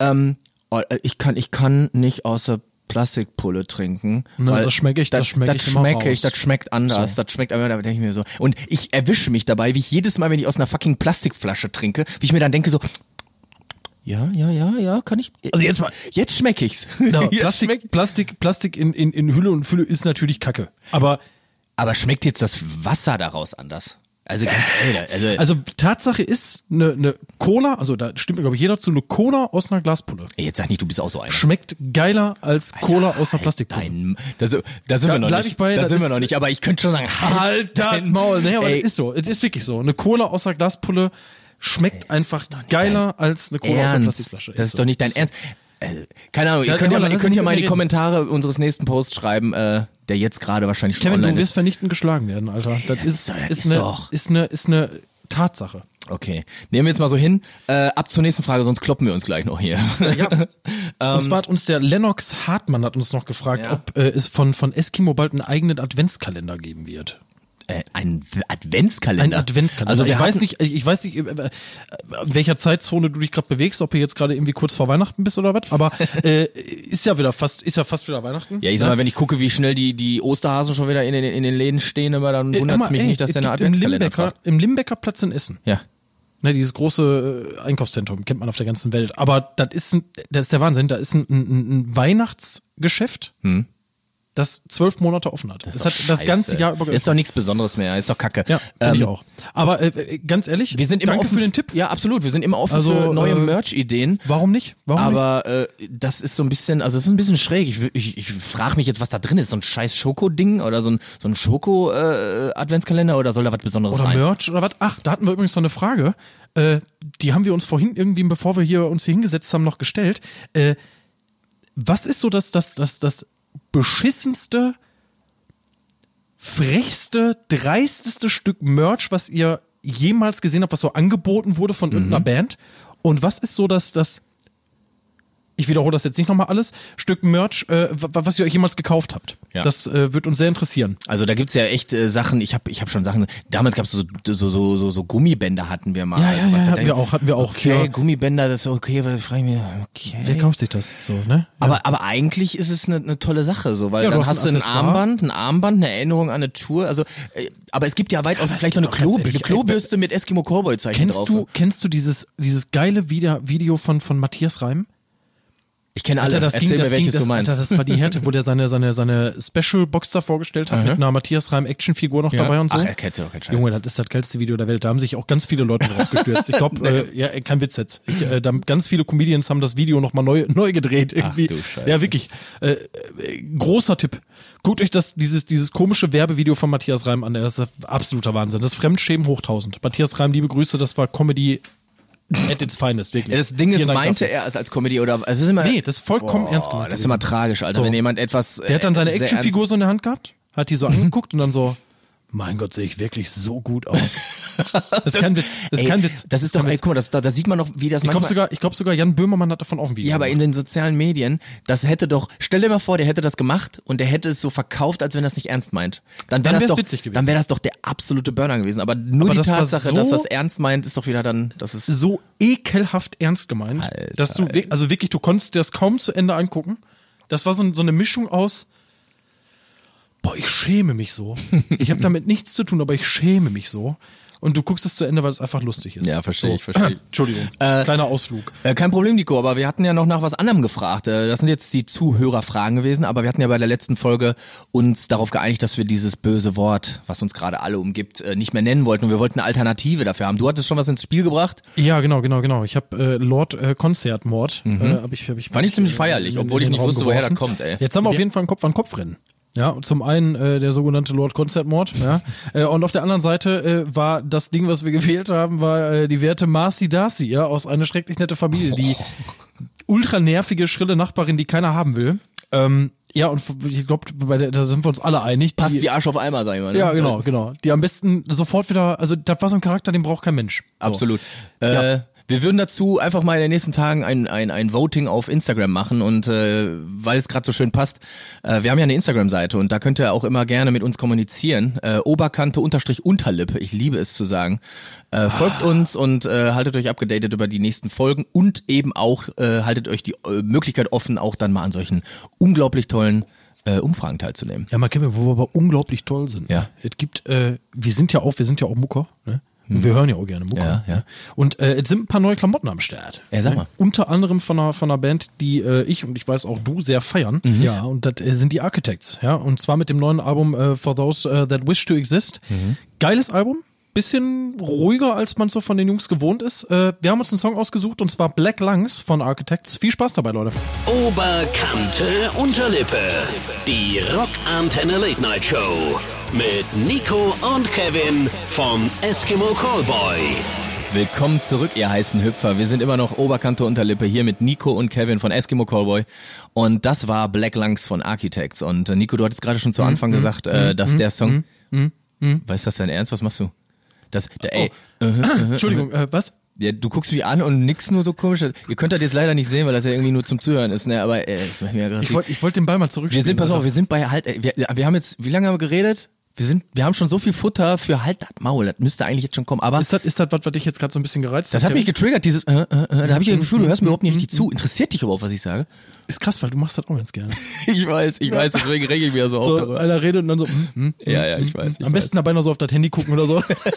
ich kann nicht außer Plastikpulle trinken. Na, das schmecke ich das immer raus. Das schmeckt anders. So. Das schmeckt aber, da denke ich mir so. Und ich erwische mich dabei, wie ich jedes Mal, wenn ich aus einer fucking Plastikflasche trinke, wie ich mir dann denke so, ja, kann ich. Also jetzt schmecke ich's. No, Jetzt Plastik in Hülle und Fülle ist natürlich Kacke. Aber schmeckt jetzt das Wasser daraus anders? Also ganz ehrlich, also Tatsache ist, eine Cola, also da stimmt mir glaube ich jeder zu, eine Cola aus einer Glaspulle jetzt sag nicht, du bist auch so einer. schmeckt geiler als Cola aus einer Plastikpulle. Da sind wir noch bleib nicht. ich bei, Da das sind wir ist- noch nicht, aber ich könnte schon sagen, Halt das Maul. Nee, aber Ey. es ist so. Es ist wirklich so. Eine Cola aus einer Glaspulle schmeckt einfach geiler als eine Cola aus einer Ernst? Plastikflasche. Das ist doch nicht dein Ernst. Keine Ahnung, ihr Ja, könnt ja aber mal, lass uns mal in die reden. Kommentare unseres nächsten Posts schreiben, der jetzt gerade wahrscheinlich schon Kevin, online du wirst ist. vernichtend geschlagen werden, Alter. Das ist eine Tatsache. Okay, nehmen wir jetzt mal so hin. Ab zur nächsten Frage, sonst kloppen wir uns gleich noch hier. Ja. Und zwar hat uns der Lennox Hartmann hat uns noch gefragt, ob es von Eskimo bald einen eigenen Adventskalender geben wird. Ein Adventskalender. Ein Adventskalender. Also ich weiß nicht, in welcher Zeitzone du dich gerade bewegst, ob du jetzt gerade irgendwie kurz vor Weihnachten bist oder was, aber ist ja fast wieder Weihnachten. Ja, ich sag mal, wenn ich gucke, wie schnell die Osterhasen schon wieder in den Läden stehen, immer, dann wundert es mich nicht, dass der eine Adventskalender fragt. Im Limbecker Platz in Essen. Ja. Ne, dieses große Einkaufszentrum kennt man auf der ganzen Welt. Aber das ist der Wahnsinn. Da ist ein Weihnachtsgeschäft, das 12 Monate offen hat. Das hat das ganze Jahr über Ist doch nichts Besonderes mehr, ist doch Kacke. Ja, finde ich auch. Aber ganz ehrlich, Wir sind immer danke offen für den Tipp. Ja, absolut. Wir sind immer offen Also, für neue Merch-Ideen. Warum nicht? Aber das ist so ein bisschen, also es ist ein bisschen schräg. Ich frage mich jetzt, was da drin ist. So ein scheiß Schoko-Ding oder so ein Schoko-Adventskalender oder soll da was Besonderes Oder sein? Merch oder was? Ach, da hatten wir übrigens noch eine Frage. Die haben wir uns vorhin irgendwie, bevor wir uns hier hingesetzt haben, noch gestellt. Was ist so das beschissenste, frechste, dreisteste Stück Merch, was ihr jemals gesehen habt, was so angeboten wurde von irgendeiner Band? Und was ist so das ich wiederhole das jetzt nicht nochmal alles, Stück Merch, was ihr euch jemals gekauft habt? Ja. Das wird uns sehr interessieren. Also da gibt's ja echt Sachen, ich hab schon Sachen, damals gab's so Gummibänder hatten wir mal. Also, was hatten wir auch. Okay, Für, Gummibänder, das ist okay, was frage ich mir, okay. wer kauft sich das? So, ne? Aber eigentlich ist es eine tolle Sache, so, weil Ja, du dann hast hast du ein ein Armband, eine Erinnerung an eine Tour, also, aber es gibt ja weitaus vielleicht so eine Klobürste mit Eskimo Cowboy Zeichen drauf. Kennst du dieses geile Video von Matthias Reim? Ich kenne alle, Alter, erzähl mir, welches du meinst. Alter, das war die Härte, wo der seine Special Box da vorgestellt hat, mit einer Matthias Reim Actionfigur noch dabei und so. Ach, er kennt ja doch keinen Scheiß. Junge, das ist das geilste Video der Welt. Da haben sich auch ganz viele Leute drauf gestürzt. Ich glaube, kein Witz jetzt. Ganz viele Comedians haben das Video nochmal neu gedreht irgendwie. Ach, du Scheiße. Ja, wirklich. Großer Tipp. Guckt euch dieses komische Werbevideo von Matthias Reim an. Das ist absoluter Wahnsinn. Das ist Fremdschämen hoch 1000. Matthias Reim, liebe Grüße, das war Comedy at its finest, wirklich. Ja, das Ding ist, Vielen Dank meinte dafür. er es als Comedy oder es ist immer. Nee, das ist vollkommen ernst gemeint. Das ist gewesen. immer tragisch, Alter, So. wenn jemand etwas. Der hat dann seine sehr Actionfigur so in der Hand gehabt, hat die so angeguckt und dann so, Mein Gott, sehe ich wirklich so gut aus. Das ist kein Witz. Das ist kein Witz. Das ist doch, ey, guck mal, da sieht man noch, wie das manchmal... Ich glaube sogar, Jan Böhmermann hat davon auch ein Video. Ja, aber in den sozialen Medien, das hätte doch, stell dir mal vor, der hätte das gemacht und der hätte es so verkauft, als wenn er es nicht ernst meint. Dann wäre das doch witzig gewesen. Dann wäre das doch der absolute Burner gewesen. Aber nur die Tatsache, dass das ernst meint, ist doch wieder dann, das ist so ekelhaft ernst gemeint, Alter, dass du, also wirklich, du konntest dir das kaum zu Ende angucken. Das war so eine Mischung aus, boah, ich schäme mich so. Ich habe damit nichts zu tun, aber ich schäme mich so. Und du guckst es zu Ende, weil es einfach lustig ist. Ja, verstehe ich. Entschuldigung, kleiner Ausflug. Kein Problem, Nico, aber wir hatten ja noch nach was anderem gefragt. Das sind jetzt die Zuhörerfragen gewesen, aber wir hatten ja bei der letzten Folge uns darauf geeinigt, dass wir dieses böse Wort, was uns gerade alle umgibt, nicht mehr nennen wollten und wir wollten eine Alternative dafür haben. Du hattest schon was ins Spiel gebracht? Ja, genau. Ich habe Lord Konzertmord. Fand ich ziemlich feierlich, obwohl ich nicht wusste, woher das kommt, ey. Jetzt haben wir auf jeden Fall ein Kopf-an-Kopf-Rennen. Ja, zum einen der sogenannte Lord Konzertmord, ja. Und auf der anderen Seite war das Ding, was wir gewählt haben, war die werte Marcy Darcy, ja, aus Eine schrecklich nette Familie, die ultra nervige, schrille Nachbarin, die keiner haben will. Ja, und ich glaube, da sind wir uns alle einig. Passt wie Arsch auf Eimer, sag ich mal. Ne? Ja, genau. Die am besten sofort wieder, also das war so ein Charakter, den braucht kein Mensch. So. Absolut. Wir würden dazu einfach mal in den nächsten Tagen ein Voting auf Instagram machen und weil es gerade so schön passt, wir haben ja eine Instagram-Seite und da könnt ihr auch immer gerne mit uns kommunizieren. Oberkante_Unterlippe, ich liebe es zu sagen. Folgt uns und haltet euch abgedatet über die nächsten Folgen und eben auch haltet euch die Möglichkeit offen, auch dann mal an solchen unglaublich tollen Umfragen teilzunehmen. Ja, mal kennen, wo wir aber unglaublich toll sind. Ja. Es gibt, wir sind ja auch Mucker, ne? Wir hören ja auch gerne Mucke. Ja. Und jetzt sind ein paar neue Klamotten am Start. Ja, sag mal. Unter anderem von einer Band, die ich und ich weiß auch du sehr feiern. Ja, und das sind die Architects. Ja, und zwar mit dem neuen Album For Those That Wish to Exist. Geiles Album. Bisschen ruhiger, als man so von den Jungs gewohnt ist. Wir haben uns einen Song ausgesucht und zwar Black Lungs von Architects. Viel Spaß dabei, Leute. Oberkante Unterlippe. Die Rockantenne Late Night Show. Mit Nico und Kevin vom Eskimo Callboy. Willkommen zurück, ihr heißen Hüpfer. Wir sind immer noch Oberkante Unterlippe hier mit Nico und Kevin von Eskimo Callboy. Und das war Black Lungs von Architects. Und Nico, du hattest gerade schon zu Anfang gesagt, dass der Song... Was ist das dein Ernst? Was machst du? Entschuldigung, was? Ja, du guckst mich an und nix nur so komisch. Ihr könnt das jetzt leider nicht sehen, weil das ja irgendwie nur zum Zuhören ist, ne? Aber das macht mir ja gerade. Ich wollte den Ball mal zurückspielen. Wir sind bei wir haben jetzt, wie lange haben wir geredet? Wir haben schon so viel Futter für halt das Maul, das müsste eigentlich jetzt schon kommen, aber... Ist das was dich jetzt gerade so ein bisschen gereizt hat? Das hat mich getriggert, dieses, da habe ich das Gefühl, du hörst mir überhaupt nicht richtig zu. Interessiert dich überhaupt, was ich sage? Ist krass, weil du machst das auch ganz gerne. Ich weiß, deswegen rege ich mich ja so auf darüber. Einer redet und dann so, Ja, ich weiß. Am besten dabei noch so auf das Handy gucken oder so.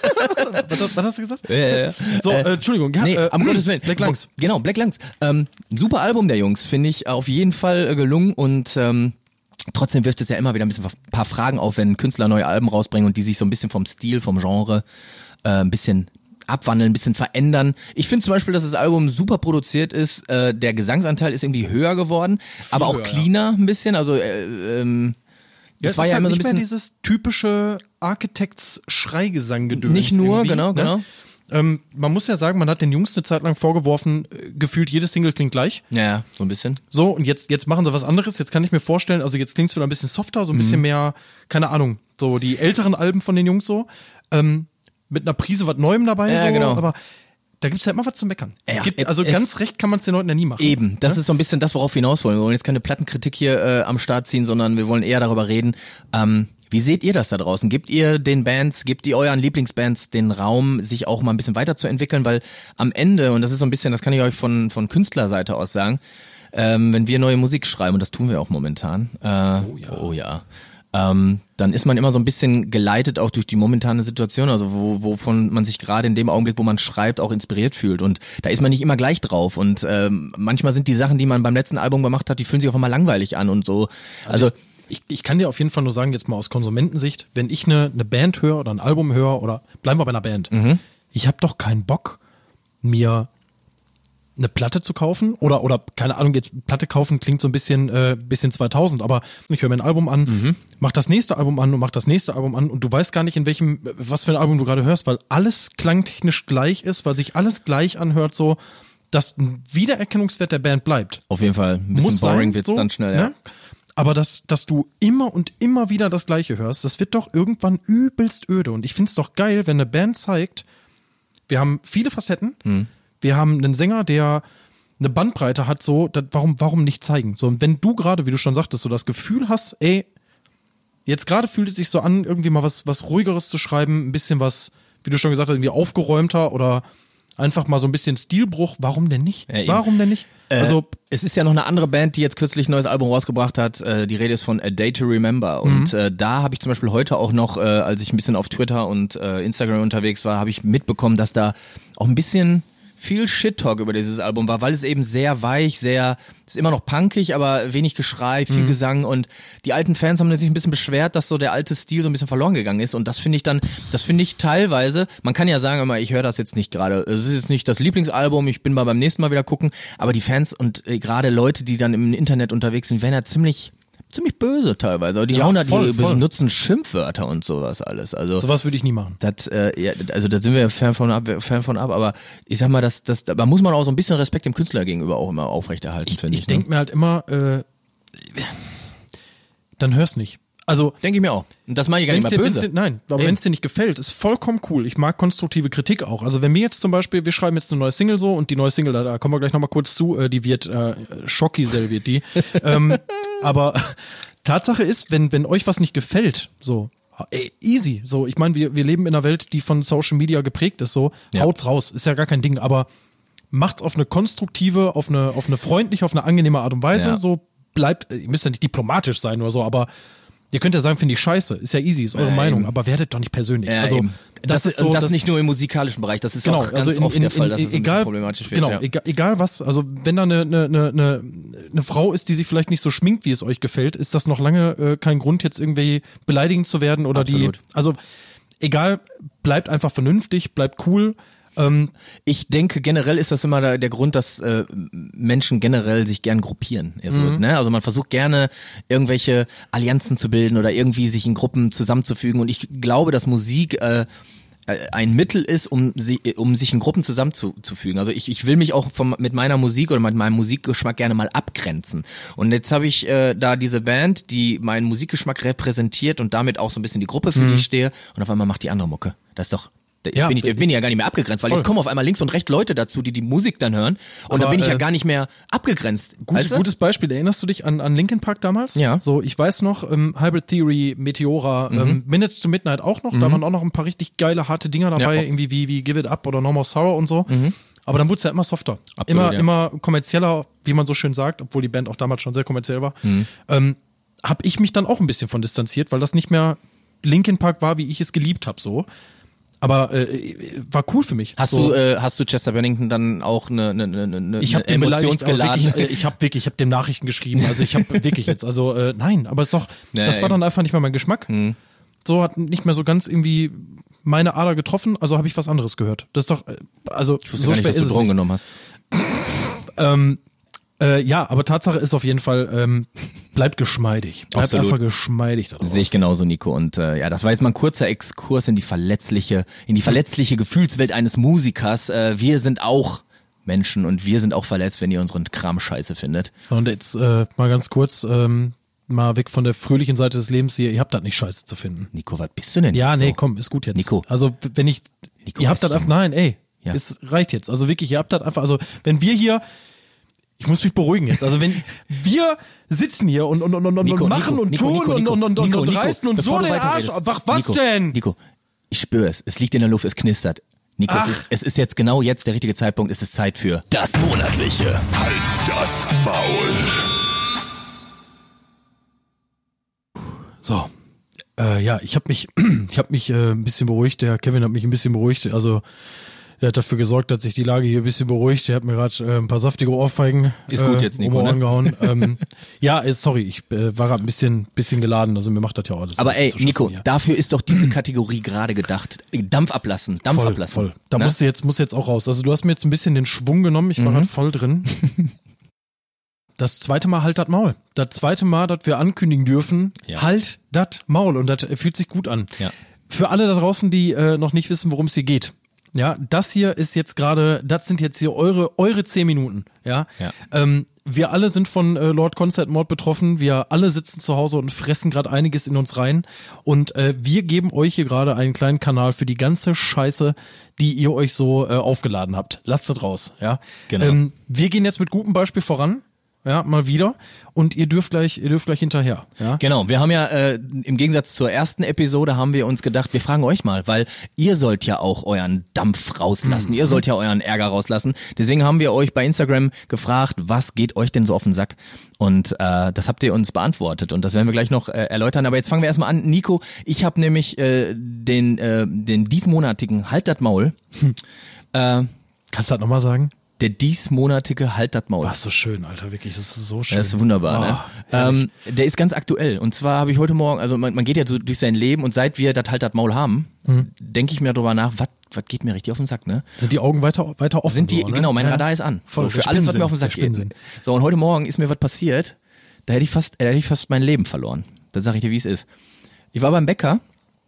Was hast du gesagt? Ja. So, Entschuldigung. Ja, am Gottes Willen. Black Lungs. Genau, Black Lungs. Super Album der Jungs, finde ich auf jeden Fall gelungen und trotzdem wirft es ja immer wieder ein paar Fragen auf, wenn Künstler neue Alben rausbringen und die sich so ein bisschen vom Stil, vom Genre ein bisschen abwandeln, ein bisschen verändern. Ich finde zum Beispiel, dass das Album super produziert ist. Der Gesangsanteil ist irgendwie höher geworden, aber auch cleaner ein bisschen. Also es war ja immer so ein bisschen dieses typische Architects-Schreigesang-Gedöns. Nicht nur, genau. Man muss ja sagen, man hat den Jungs eine Zeit lang vorgeworfen, gefühlt jedes Single klingt gleich. Ja, so ein bisschen. So, und jetzt machen sie was anderes. Jetzt kann ich mir vorstellen, also jetzt klingt es wieder ein bisschen softer, so ein bisschen mehr, keine Ahnung, so die älteren Alben von den Jungs so. Mit einer Prise was Neuem dabei, ja, so, genau. Aber da gibt's ja immer was zu meckern. Ja, ganz recht kann man es den Leuten ja nie machen. Eben, das ist so ein bisschen das, worauf wir hinaus wollen. Wir wollen jetzt keine Plattenkritik hier am Start ziehen, sondern wir wollen eher darüber reden, wie seht ihr das da draußen? Gebt ihr euren Lieblingsbands den Raum, sich auch mal ein bisschen weiterzuentwickeln? Weil am Ende, und das ist so ein bisschen, das kann ich euch von Künstlerseite aus sagen, wenn wir neue Musik schreiben, und das tun wir auch momentan, oh ja. Dann ist man immer so ein bisschen geleitet auch durch die momentane Situation, also wovon man sich gerade in dem Augenblick, wo man schreibt, auch inspiriert fühlt. Und da ist man nicht immer gleich drauf. Und manchmal sind die Sachen, die man beim letzten Album gemacht hat, die fühlen sich auf einmal langweilig an und so. Also ich kann dir auf jeden Fall nur sagen, jetzt mal aus Konsumentensicht, wenn ich eine Band höre oder ein Album höre oder bleiben wir bei einer Band, ich habe doch keinen Bock, mir eine Platte zu kaufen oder keine Ahnung, jetzt Platte kaufen klingt so ein bisschen 2000, aber ich höre mir ein Album an, mach das nächste Album an und mach das nächste Album an und du weißt gar nicht, was für ein Album du gerade hörst, weil alles klangtechnisch gleich ist, weil sich alles gleich anhört, so, dass ein Wiedererkennungswert der Band bleibt. Auf jeden Fall, ein bisschen boring wird's so, dann schnell, ja. Aber dass du immer und immer wieder das Gleiche hörst, das wird doch irgendwann übelst öde. Und ich find's doch geil, wenn eine Band zeigt, wir haben viele Facetten, wir haben einen Sänger, der eine Bandbreite hat, so, warum nicht zeigen? So, und wenn du gerade, wie du schon sagtest, so das Gefühl hast, ey, jetzt gerade fühlt es sich so an, irgendwie mal was Ruhigeres zu schreiben, ein bisschen was, wie du schon gesagt hast, irgendwie aufgeräumter oder einfach mal so ein bisschen Stilbruch, warum denn nicht? Warum denn nicht? Also es ist ja noch eine andere Band, die jetzt kürzlich ein neues Album rausgebracht hat. Die Rede ist von A Day to Remember. Und da habe ich zum Beispiel heute auch noch, als ich ein bisschen auf Twitter und Instagram unterwegs war, habe ich mitbekommen, dass da auch ein bisschen viel Shit-Talk über dieses Album war, weil es eben sehr weich, ist immer noch punkig, aber wenig Geschrei, viel Gesang, und die alten Fans haben sich ein bisschen beschwert, dass so der alte Stil so ein bisschen verloren gegangen ist, und das finde ich teilweise, man kann ja sagen immer, ich höre das jetzt nicht gerade, es ist jetzt nicht das Lieblingsalbum, ich bin mal beim nächsten Mal wieder gucken, aber die Fans und gerade Leute, die dann im Internet unterwegs sind, werden ja ziemlich böse teilweise. Die hauen da, die benutzen Schimpfwörter und sowas alles. Also sowas würde ich nie machen. Da sind wir ja Fan von ab, aber ich sag mal, da muss man auch so ein bisschen Respekt dem Künstler gegenüber auch immer aufrechterhalten, finde ich. Ich denke mir halt immer, dann hör's nicht. Also denke ich mir auch. Und das meine ich gar nicht mal böse. Nein, aber wenn es dir nicht gefällt, ist vollkommen cool. Ich mag konstruktive Kritik auch. Also wenn wir jetzt zum Beispiel, wir schreiben jetzt eine neue Single so, und die neue Single, da kommen wir gleich nochmal kurz zu, die wird, Schockisel wird die. Aber Tatsache ist, wenn euch was nicht gefällt, so, ey, easy. So, ich meine, wir leben in einer Welt, die von Social Media geprägt ist, so, haut's raus, ist ja gar kein Ding, aber macht's auf eine konstruktive, auf eine freundliche, auf eine angenehme Art und Weise, so, bleibt, ihr müsst ja nicht diplomatisch sein oder so, aber ihr könnt ja sagen, finde ich scheiße, ist ja easy, ist eure Meinung, aber werdet doch nicht persönlich. Ja, also das ist so, das nicht nur im musikalischen Bereich, das ist auch ganz oft der Fall, dass es ein bisschen problematisch wird. Genau, egal was, also wenn da eine Frau ist, die sich vielleicht nicht so schminkt, wie es euch gefällt, ist das noch lange kein Grund, jetzt irgendwie beleidigend zu werden oder Absolut. also egal, bleibt einfach vernünftig, bleibt cool. Ich denke, generell ist das immer der Grund, dass Menschen generell sich gern gruppieren. Also, also man versucht gerne irgendwelche Allianzen zu bilden oder irgendwie sich in Gruppen zusammenzufügen. Und ich glaube, dass Musik ein Mittel ist, um sich in Gruppen zusammenzufügen. Also ich will mich auch mit meiner Musik oder mit meinem Musikgeschmack gerne mal abgrenzen. Und jetzt habe ich da diese Band, die meinen Musikgeschmack repräsentiert und damit auch so ein bisschen die Gruppe, für die ich stehe. Und auf einmal macht die andere Mucke. Das ist doch... Ich bin ja gar nicht mehr abgegrenzt, weil jetzt kommen auf einmal links und rechts Leute dazu, die Musik dann hören, und da bin ich ja gar nicht mehr abgegrenzt. Gutes Beispiel, erinnerst du dich an Linkin Park damals? Ja. So, ich weiß noch, Hybrid Theory, Meteora, Minutes to Midnight auch noch, da waren auch noch ein paar richtig geile, harte Dinger dabei, irgendwie wie Give It Up oder No More Sorrow und so. Aber dann wurde es ja immer softer. Absolut, immer kommerzieller, wie man so schön sagt, obwohl die Band auch damals schon sehr kommerziell war. Hab ich mich dann auch ein bisschen von distanziert, weil das nicht mehr Linkin Park war, wie ich es geliebt habe, so. Aber war cool für mich. Hast du Chester Bennington dann auch eine emotionsgeladen? Ich habe dem Nachrichten geschrieben. Also ich habe wirklich jetzt, nein, aber es ist doch, das war dann einfach nicht mehr mein Geschmack. So hat nicht mehr so ganz irgendwie meine Ader getroffen, also habe ich was anderes gehört. Das ist doch, also ich wusste so gar nicht, dass du Drogen genommen hast. Ja, aber Tatsache ist auf jeden Fall, bleibt geschmeidig. Bleibt Absolut. einfach geschmeidig da draußen. Sehe ich genauso, Nico. Und das war jetzt mal ein kurzer Exkurs in die verletzliche Gefühlswelt eines Musikers. Wir sind auch Menschen und wir sind auch verletzt, wenn ihr unseren Kram scheiße findet. Und jetzt mal ganz kurz, mal weg von der fröhlichen Seite des Lebens hier, ihr habt das nicht scheiße zu finden. Nico, was bist du denn Ja, jetzt nee, so? komm, ist gut jetzt. Nico. Also wenn ich, Nico, ihr habt das einfach, nein, ey, Ja. es reicht jetzt. Also wirklich, ihr habt das einfach, also wenn wir hier, ich muss mich beruhigen jetzt. Also wenn wir sitzen hier und machen und tun und reißen und so den Arsch. Was denn? Nico, ich spüre es. Es liegt in der Luft, es knistert. Nico, es ist jetzt genau jetzt der richtige Zeitpunkt. Es ist Zeit für Das monatliche Halt das Maul. So. Ja, ich habe mich ein bisschen beruhigt. Der Kevin hat mich ein bisschen beruhigt. Also er hat dafür gesorgt, dass sich die Lage hier ein bisschen beruhigt. Er hat mir gerade ein paar saftige Ohrfeigen Ist gut jetzt, Nico, ne? angehauen. Ja, sorry, ich war gerade ein bisschen geladen. Also mir macht das ja auch alles. Aber ey, Nico, hier. dafür ist doch diese Kategorie gerade gedacht. Dampf ablassen. Voll. Da muss jetzt auch raus. Also du hast mir jetzt ein bisschen den Schwung genommen. Ich war gerade voll drin. Das zweite Mal halt das Maul. Das zweite Mal, dass wir ankündigen dürfen, halt das Maul. Und das fühlt sich gut an. Ja. Für alle da draußen, die noch nicht wissen, worum es hier geht. Ja, das hier ist jetzt gerade, das sind jetzt hier eure 10 Minuten. Ja. Wir alle sind von Lord Concert Mord betroffen. Wir alle sitzen zu Hause und fressen gerade einiges in uns rein. Und wir geben euch hier gerade einen kleinen Kanal für die ganze Scheiße, die ihr euch so aufgeladen habt. Lasst das raus. Ja. Genau. Wir gehen jetzt mit gutem Beispiel voran. Ja, mal wieder. Und ihr dürft gleich hinterher. Ja? Genau, wir haben ja im Gegensatz zur ersten Episode haben wir uns gedacht, wir fragen euch mal, weil ihr sollt ja auch euren Dampf rauslassen, ihr sollt ja euren Ärger rauslassen. Deswegen haben wir euch bei Instagram gefragt, was geht euch denn so auf den Sack? Und das habt ihr uns beantwortet und das werden wir gleich noch erläutern. Aber jetzt fangen wir erstmal an. Nico, ich habe nämlich den diesmonatigen Halt dat Maul. Kannst du das nochmal sagen? Der diesmonatige Halt dat Maul. War so schön, Alter, wirklich, das ist so schön. Das ist wunderbar, ne? Der ist ganz aktuell. Und zwar habe ich heute Morgen, also man geht ja so durch sein Leben und seit wir das Halt dat Maul haben, denke ich mir darüber nach, was geht mir richtig auf den Sack, ne? Sind die Augen weiter offen? Sind die, so, ne? genau, mein Radar ist an. Voll, so, für alles, was mir auf den Sack geht. So, und heute Morgen ist mir was passiert, da hätte ich fast mein Leben verloren. Da sage ich dir, wie es ist. Ich war beim Bäcker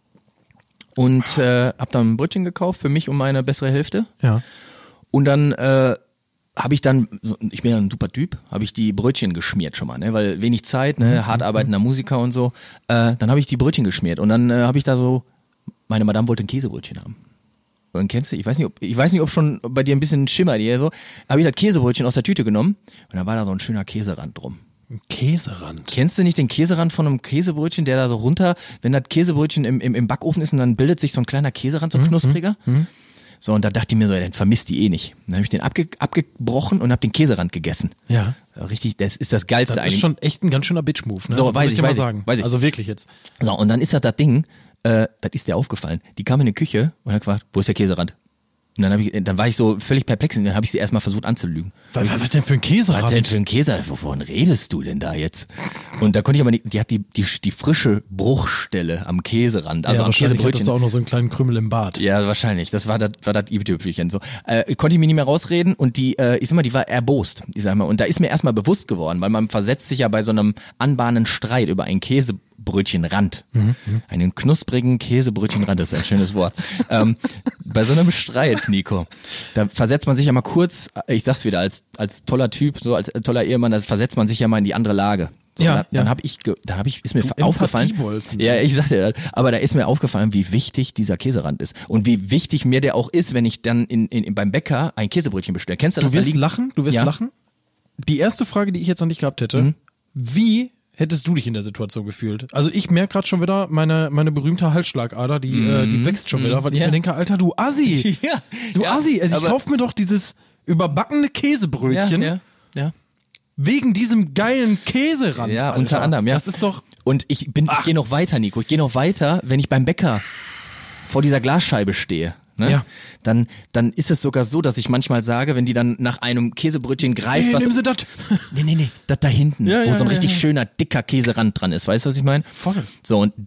und hab dann ein Brötchen gekauft für mich und meine bessere Hälfte. Ja. Und dann habe ich dann, ich bin ja ein super Typ, habe ich die Brötchen geschmiert schon mal, ne, weil wenig Zeit, ne, hart arbeitender Musiker und so. Dann habe ich die Brötchen geschmiert und dann habe ich da so, meine Madame wollte ein Käsebrötchen haben. Und kennst du, ich weiß nicht, ob schon bei dir ein bisschen schimmert hier so, habe ich das Käsebrötchen aus der Tüte genommen und dann war da so ein schöner Käserand drum. Ein Käserand? Kennst du nicht den Käserand von einem Käsebrötchen, der da so runter, wenn das Käsebrötchen im Backofen ist und dann bildet sich so ein kleiner Käserand, so knuspriger? So, und da dachte ich mir so, den vermisst die eh nicht. Dann habe ich den abgebrochen und habe den Käserand gegessen. Ja. Richtig, das ist das Geilste das eigentlich. Das ist schon echt ein ganz schöner Bitch-Move, ne? So, weiß ich. Also wirklich jetzt. So, und dann ist das Ding, das ist dir aufgefallen. Die kam in die Küche und hat gefragt, wo ist der Käserand? Und dann war ich so völlig perplex und dann habe ich sie erstmal versucht anzulügen. Was denn für ein Käserand? Was denn für ein Käserand? Wovon redest du denn da jetzt? Und da konnte ich aber nicht, die hat die frische Bruchstelle am Käserand, also ja, am Käsebrötchen. Hattest du auch noch so einen kleinen Krümel im Bart. Ja, wahrscheinlich. Das war das i-Tüpfelchen. So. Konnte ich mir nicht mehr rausreden und die war erbost. Und da ist mir erstmal bewusst geworden, weil man versetzt sich ja bei so einem anbahnenden Streit über einen Käsebrötchenrand. Einen knusprigen Käsebrötchenrand, das ist ein schönes Wort. Bei so einem Streit, Nico, da versetzt man sich ja mal kurz, ich sag's wieder, als toller Typ, so als toller Ehemann, da versetzt man sich ja mal in die andere Lage. So, ja, dann ist mir aufgefallen, ja, ich sagte das, aber da ist mir aufgefallen, wie wichtig dieser Käserand ist und wie wichtig mir der auch ist, wenn ich dann beim Bäcker ein Käsebrötchen bestelle. Kennst du das? Du wirst lachen. Die erste Frage, die ich jetzt an dich gehabt hätte, wie hättest du dich in der Situation gefühlt? Also ich merke gerade schon wieder, meine berühmte Halsschlagader, die wächst schon wieder, weil ich mir denke, Alter, du Assi. Assi. Also ich kauf mir doch dieses überbackene Käsebrötchen. Ja. Wegen diesem geilen Käserand. Ja, Alter. unter anderem, ja. Das ist doch. Und ich gehe noch weiter, Nico. Ich gehe noch weiter, wenn ich beim Bäcker vor dieser Glasscheibe stehe. Ne? Ja. Dann ist es sogar so, dass ich manchmal sage, wenn die dann nach einem Käsebrötchen greift, Nehmen Sie das. Nee, das da hinten, wo so ein richtig schöner, dicker Käserand dran ist. Weißt du, was ich meine? Voll. So, und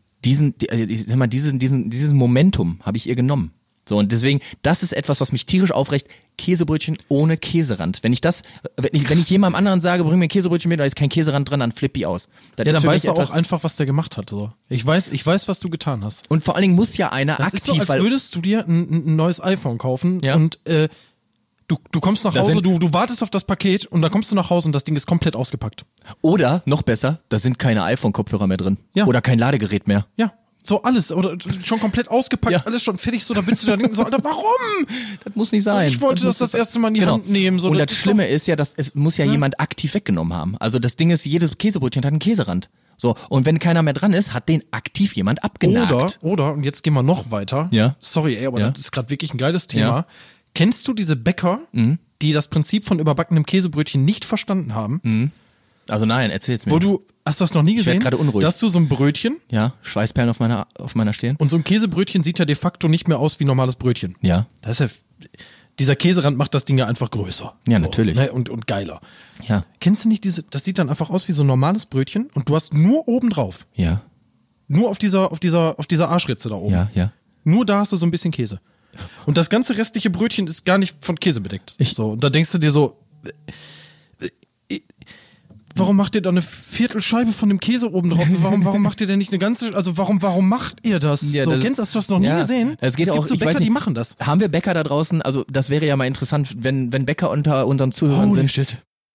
dieses Momentum habe ich ihr genommen. So, und deswegen, das ist etwas, was mich tierisch aufregt. Käsebrötchen ohne Käserand. Wenn ich jemandem anderen sage, bring mir ein Käsebrötchen mit, da ist kein Käserand dran, dann flippe ich aus. Das dann weißt du auch einfach, was der gemacht hat. So. Ich weiß, was du getan hast. Und vor allen Dingen muss ja einer das aktiv, ist so, als würdest du dir ein neues iPhone kaufen und du kommst nach Hause, du wartest auf das Paket und dann kommst du nach Hause und das Ding ist komplett ausgepackt. Oder, noch besser, da sind keine iPhone-Kopfhörer mehr drin. Ja. Oder kein Ladegerät mehr. Ja. So alles, oder schon komplett ausgepackt, alles schon fertig, so, da willst du da denken, so, Alter, warum? Das muss nicht sein. So, ich wollte das erste Mal in die Hand nehmen. So, und das Schlimme ist ja, es muss ja jemand aktiv weggenommen haben. Also das Ding ist, jedes Käsebrötchen hat einen Käserand. So, und wenn keiner mehr dran ist, hat den aktiv jemand abgenagt. Oder, und jetzt gehen wir noch weiter. Ja. Sorry, aber das ist gerade wirklich ein geiles Thema. Ja. Kennst du diese Bäcker, die das Prinzip von überbackenem Käsebrötchen nicht verstanden haben? Also nein, erzähl's mir. Hast du das noch nie gesehen? Ich werd gerade unruhig. Da hast du so ein Brötchen. Ja, Schweißperlen auf meiner Stirn. Und so ein Käsebrötchen sieht ja de facto nicht mehr aus wie normales Brötchen. Ja. Das ist dieser Käserand macht das Ding ja einfach größer. Ja, so, natürlich. Ne? Und geiler. Ja. Kennst du nicht das sieht dann einfach aus wie so ein normales Brötchen und du hast nur oben drauf. Ja. Nur auf dieser Arschritze da oben. Ja. Nur da hast du so ein bisschen Käse. Und das ganze restliche Brötchen ist gar nicht von Käse bedeckt. So, und da denkst du dir so, warum macht ihr da eine Viertelscheibe von dem Käse oben drauf? Warum macht ihr denn nicht eine ganze, also warum macht ihr das? Ja, so, das, hast du das noch nie gesehen? Es gibt so Bäcker, die machen das. Haben wir Bäcker da draußen? Also das wäre ja mal interessant, wenn Bäcker unter unseren Zuhörern Holy sind. Shit.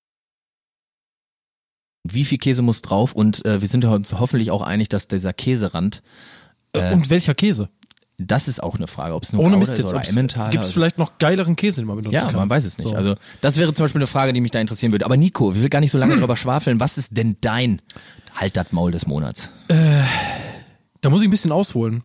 Wie viel Käse muss drauf? Und wir sind uns hoffentlich auch einig, dass dieser Käserand. Und welcher Käse? Das ist auch eine Frage, ob es nur ohne Gouda Mist ist jetzt, oder Emmentaler. Gibt es vielleicht noch geileren Käse, den man benutzen kann? Ja, man weiß es nicht. So. Also das wäre zum Beispiel eine Frage, die mich da interessieren würde. Aber Nico, ich will gar nicht so lange drüber schwafeln. Was ist denn dein Halt dat Maul des Monats? Da muss ich ein bisschen ausholen.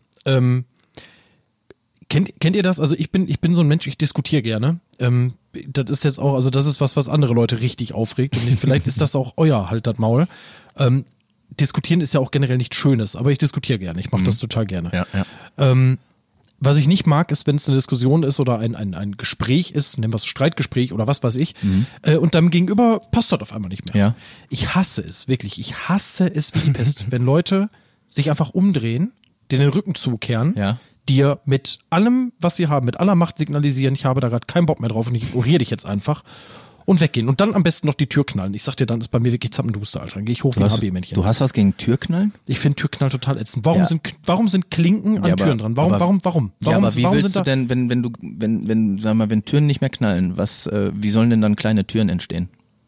Kennt ihr das? Also ich bin so ein Mensch, ich diskutiere gerne. Das ist jetzt auch, also das ist was andere Leute richtig aufregt. Und vielleicht ist das auch euer Halt dat Maul. Diskutieren ist ja auch generell nichts Schönes, aber ich diskutiere gerne. Ich mache das total gerne. Ja. Was ich nicht mag, ist, wenn es eine Diskussion ist oder ein Gespräch ist, nennen wir es Streitgespräch oder was weiß ich, und dann gegenüber passt das auf einmal nicht mehr. Ja. Ich hasse es, wirklich. Ich hasse es wie die Pest, wenn Leute sich einfach umdrehen, dir den Rücken zukehren, dir mit allem, was sie haben, mit aller Macht signalisieren, ich habe da gerade keinen Bock mehr drauf und ich ignoriere dich jetzt einfach. Und weggehen. Und dann am besten noch die Tür knallen. Ich sag dir, dann ist bei mir wirklich Zappenduster, Alter. Dann gehe ich hoch wie ein HB-Männchen. Du hast was gegen Türknallen? Ich finde Türknall total ätzend. Warum sind Klinken an Türen dran? Warum? Ja, aber wie willst du denn, wenn Türen nicht mehr knallen, wie sollen denn dann kleine Türen entstehen?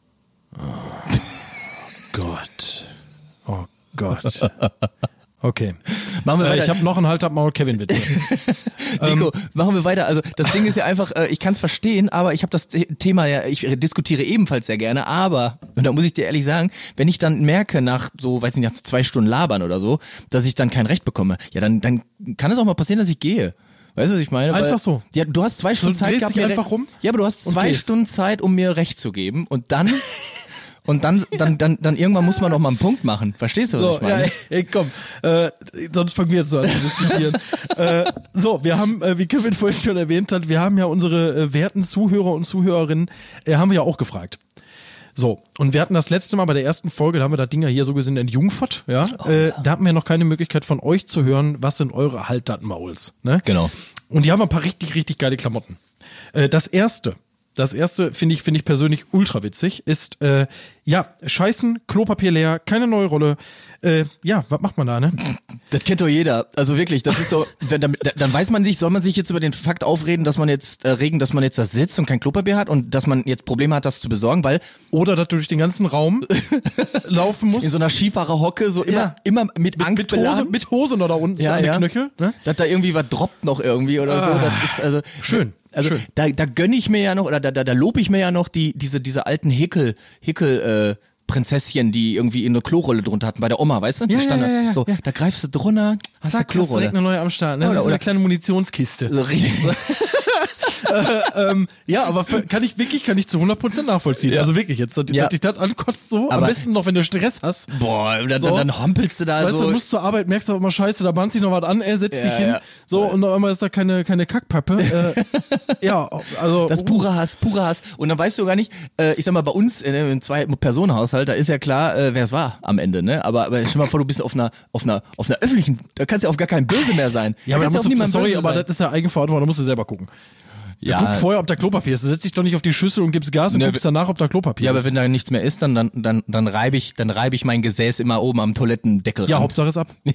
Oh Gott. Okay. Machen wir weiter. Ich habe noch einen Halt-Maul Kevin-Witz. Nico, machen wir weiter. Also das Ding ist ja einfach, ich kann es verstehen, aber ich habe das Thema ja, ich diskutiere ebenfalls sehr gerne, aber, und da muss ich dir ehrlich sagen, wenn ich dann merke nach so, weiß nicht, nach 2 Stunden Labern oder so, dass ich dann kein Recht bekomme, ja dann kann es auch mal passieren, dass ich gehe. Weißt du, was ich meine? Einfach so. Ja, du hast 2 Stunden Zeit gehabt. Einfach rum? Ja, aber du hast 2 Stunden Zeit, um mir Recht zu geben und dann irgendwann muss man noch mal einen Punkt machen. Verstehst du, was ich meine? Ja, ey, komm. Sonst fangen wir jetzt so an zu diskutieren. Wir haben, wie Kevin vorhin schon erwähnt hat, wir haben ja unsere werten Zuhörer und Zuhörerinnen, haben wir ja auch gefragt. So, und wir hatten das letzte Mal bei der ersten Folge, da haben wir das Ding ja hier so gesehen entjungfert, ja. Da hatten wir noch keine Möglichkeit von euch zu hören, was sind eure Halt-dat-Mauls, ne? Genau. Und die haben ein paar richtig, richtig geile Klamotten. Das erste finde ich persönlich ultra witzig, ist, scheißen, Klopapier leer, keine neue Rolle. Was macht man da, ne? Das kennt doch jeder. Also wirklich, das ist so, dann weiß man sich, soll man sich jetzt über den Fakt aufreden, dass man jetzt das sitzt und kein Klopapier hat und dass man jetzt Probleme hat, das zu besorgen, weil... Oder, dass du durch den ganzen Raum laufen musst. In so einer Skifahrerhocke, so immer mit Angst beladen. Mit Hose noch da unten, so an den Knöchel. Ne? Dass da irgendwie was droppt noch irgendwie oder so. Das ist also... Schön. Also schön. Da gönne ich mir ja noch, oder da lobe ich mir ja noch diese alten Prinzesschen, die irgendwie eine Klorolle drunter hatten bei der Oma, weißt du? Die stand so, da greifst du drunter, hast du Klorolle. Direkt eine neue am Start, ne? Oder eine kleine Munitionskiste. So richtig. Aber kann ich zu 100% nachvollziehen. Ja. Also wirklich jetzt, dass dich das ankotzt so. Aber am besten noch, wenn du Stress hast. Boah, dann hompelst du da weißt so. Weißt du, musst zur Arbeit, merkst aber immer Scheiße, da bahnt sich noch was an, setzt dich hin. So, und auf einmal ist da keine Kackpappe. Also. Das ist purer Hass. Und dann weißt du gar nicht, ich sag mal, bei uns in einem 2-Personen-Haushalt, da ist ja klar, wer es war am Ende, ne? Aber stell dir mal vor, du bist auf einer öffentlichen, da kannst du ja auf gar kein Böse mehr sein. Ja, aber das ist ja Eigenverantwortung, da musst du selber gucken. Ja. Guck vorher, ob da Klopapier ist. Du setzt dich doch nicht auf die Schüssel und gibst Gas und guckst danach, ob da Klopapier ist. Ja, aber wenn da nichts mehr ist, dann reibe ich mein Gesäß immer oben am Toilettendeckel. Ja, Hauptsache ist ab.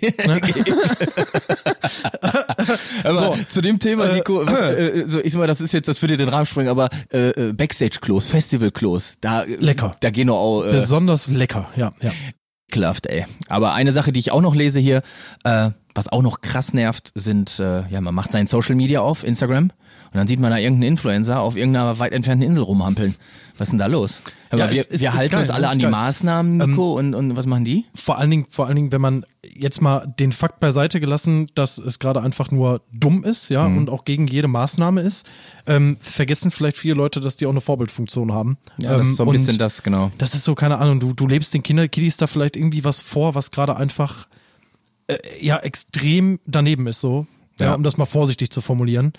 Aber zu dem Thema, Nico, ich sag mal, das würde den Rahmen sprengen, aber Backstage-Klos, Festival-Klos, lecker. Da gehen noch auch besonders lecker, ja. Ekelhaft, ey. Aber eine Sache, die ich auch noch lese hier, was auch noch krass nervt, sind, man macht sein Social Media auf, Instagram, und dann sieht man da irgendeinen Influencer auf irgendeiner weit entfernten Insel rumhampeln. Was ist denn da los? Aber wir halten uns alle an die Maßnahmen, Nico, und was machen die? Vor allen Dingen, wenn man jetzt mal den Fakt beiseite gelassen, dass es gerade einfach nur dumm ist, ja, und auch gegen jede Maßnahme ist, vergessen vielleicht viele Leute, dass die auch eine Vorbildfunktion haben. Ja, das ist so ein bisschen das, genau. Das ist so, keine Ahnung, du lebst den Kiddies da vielleicht irgendwie was vor, was gerade einfach extrem daneben ist, so, ja, um das mal vorsichtig zu formulieren.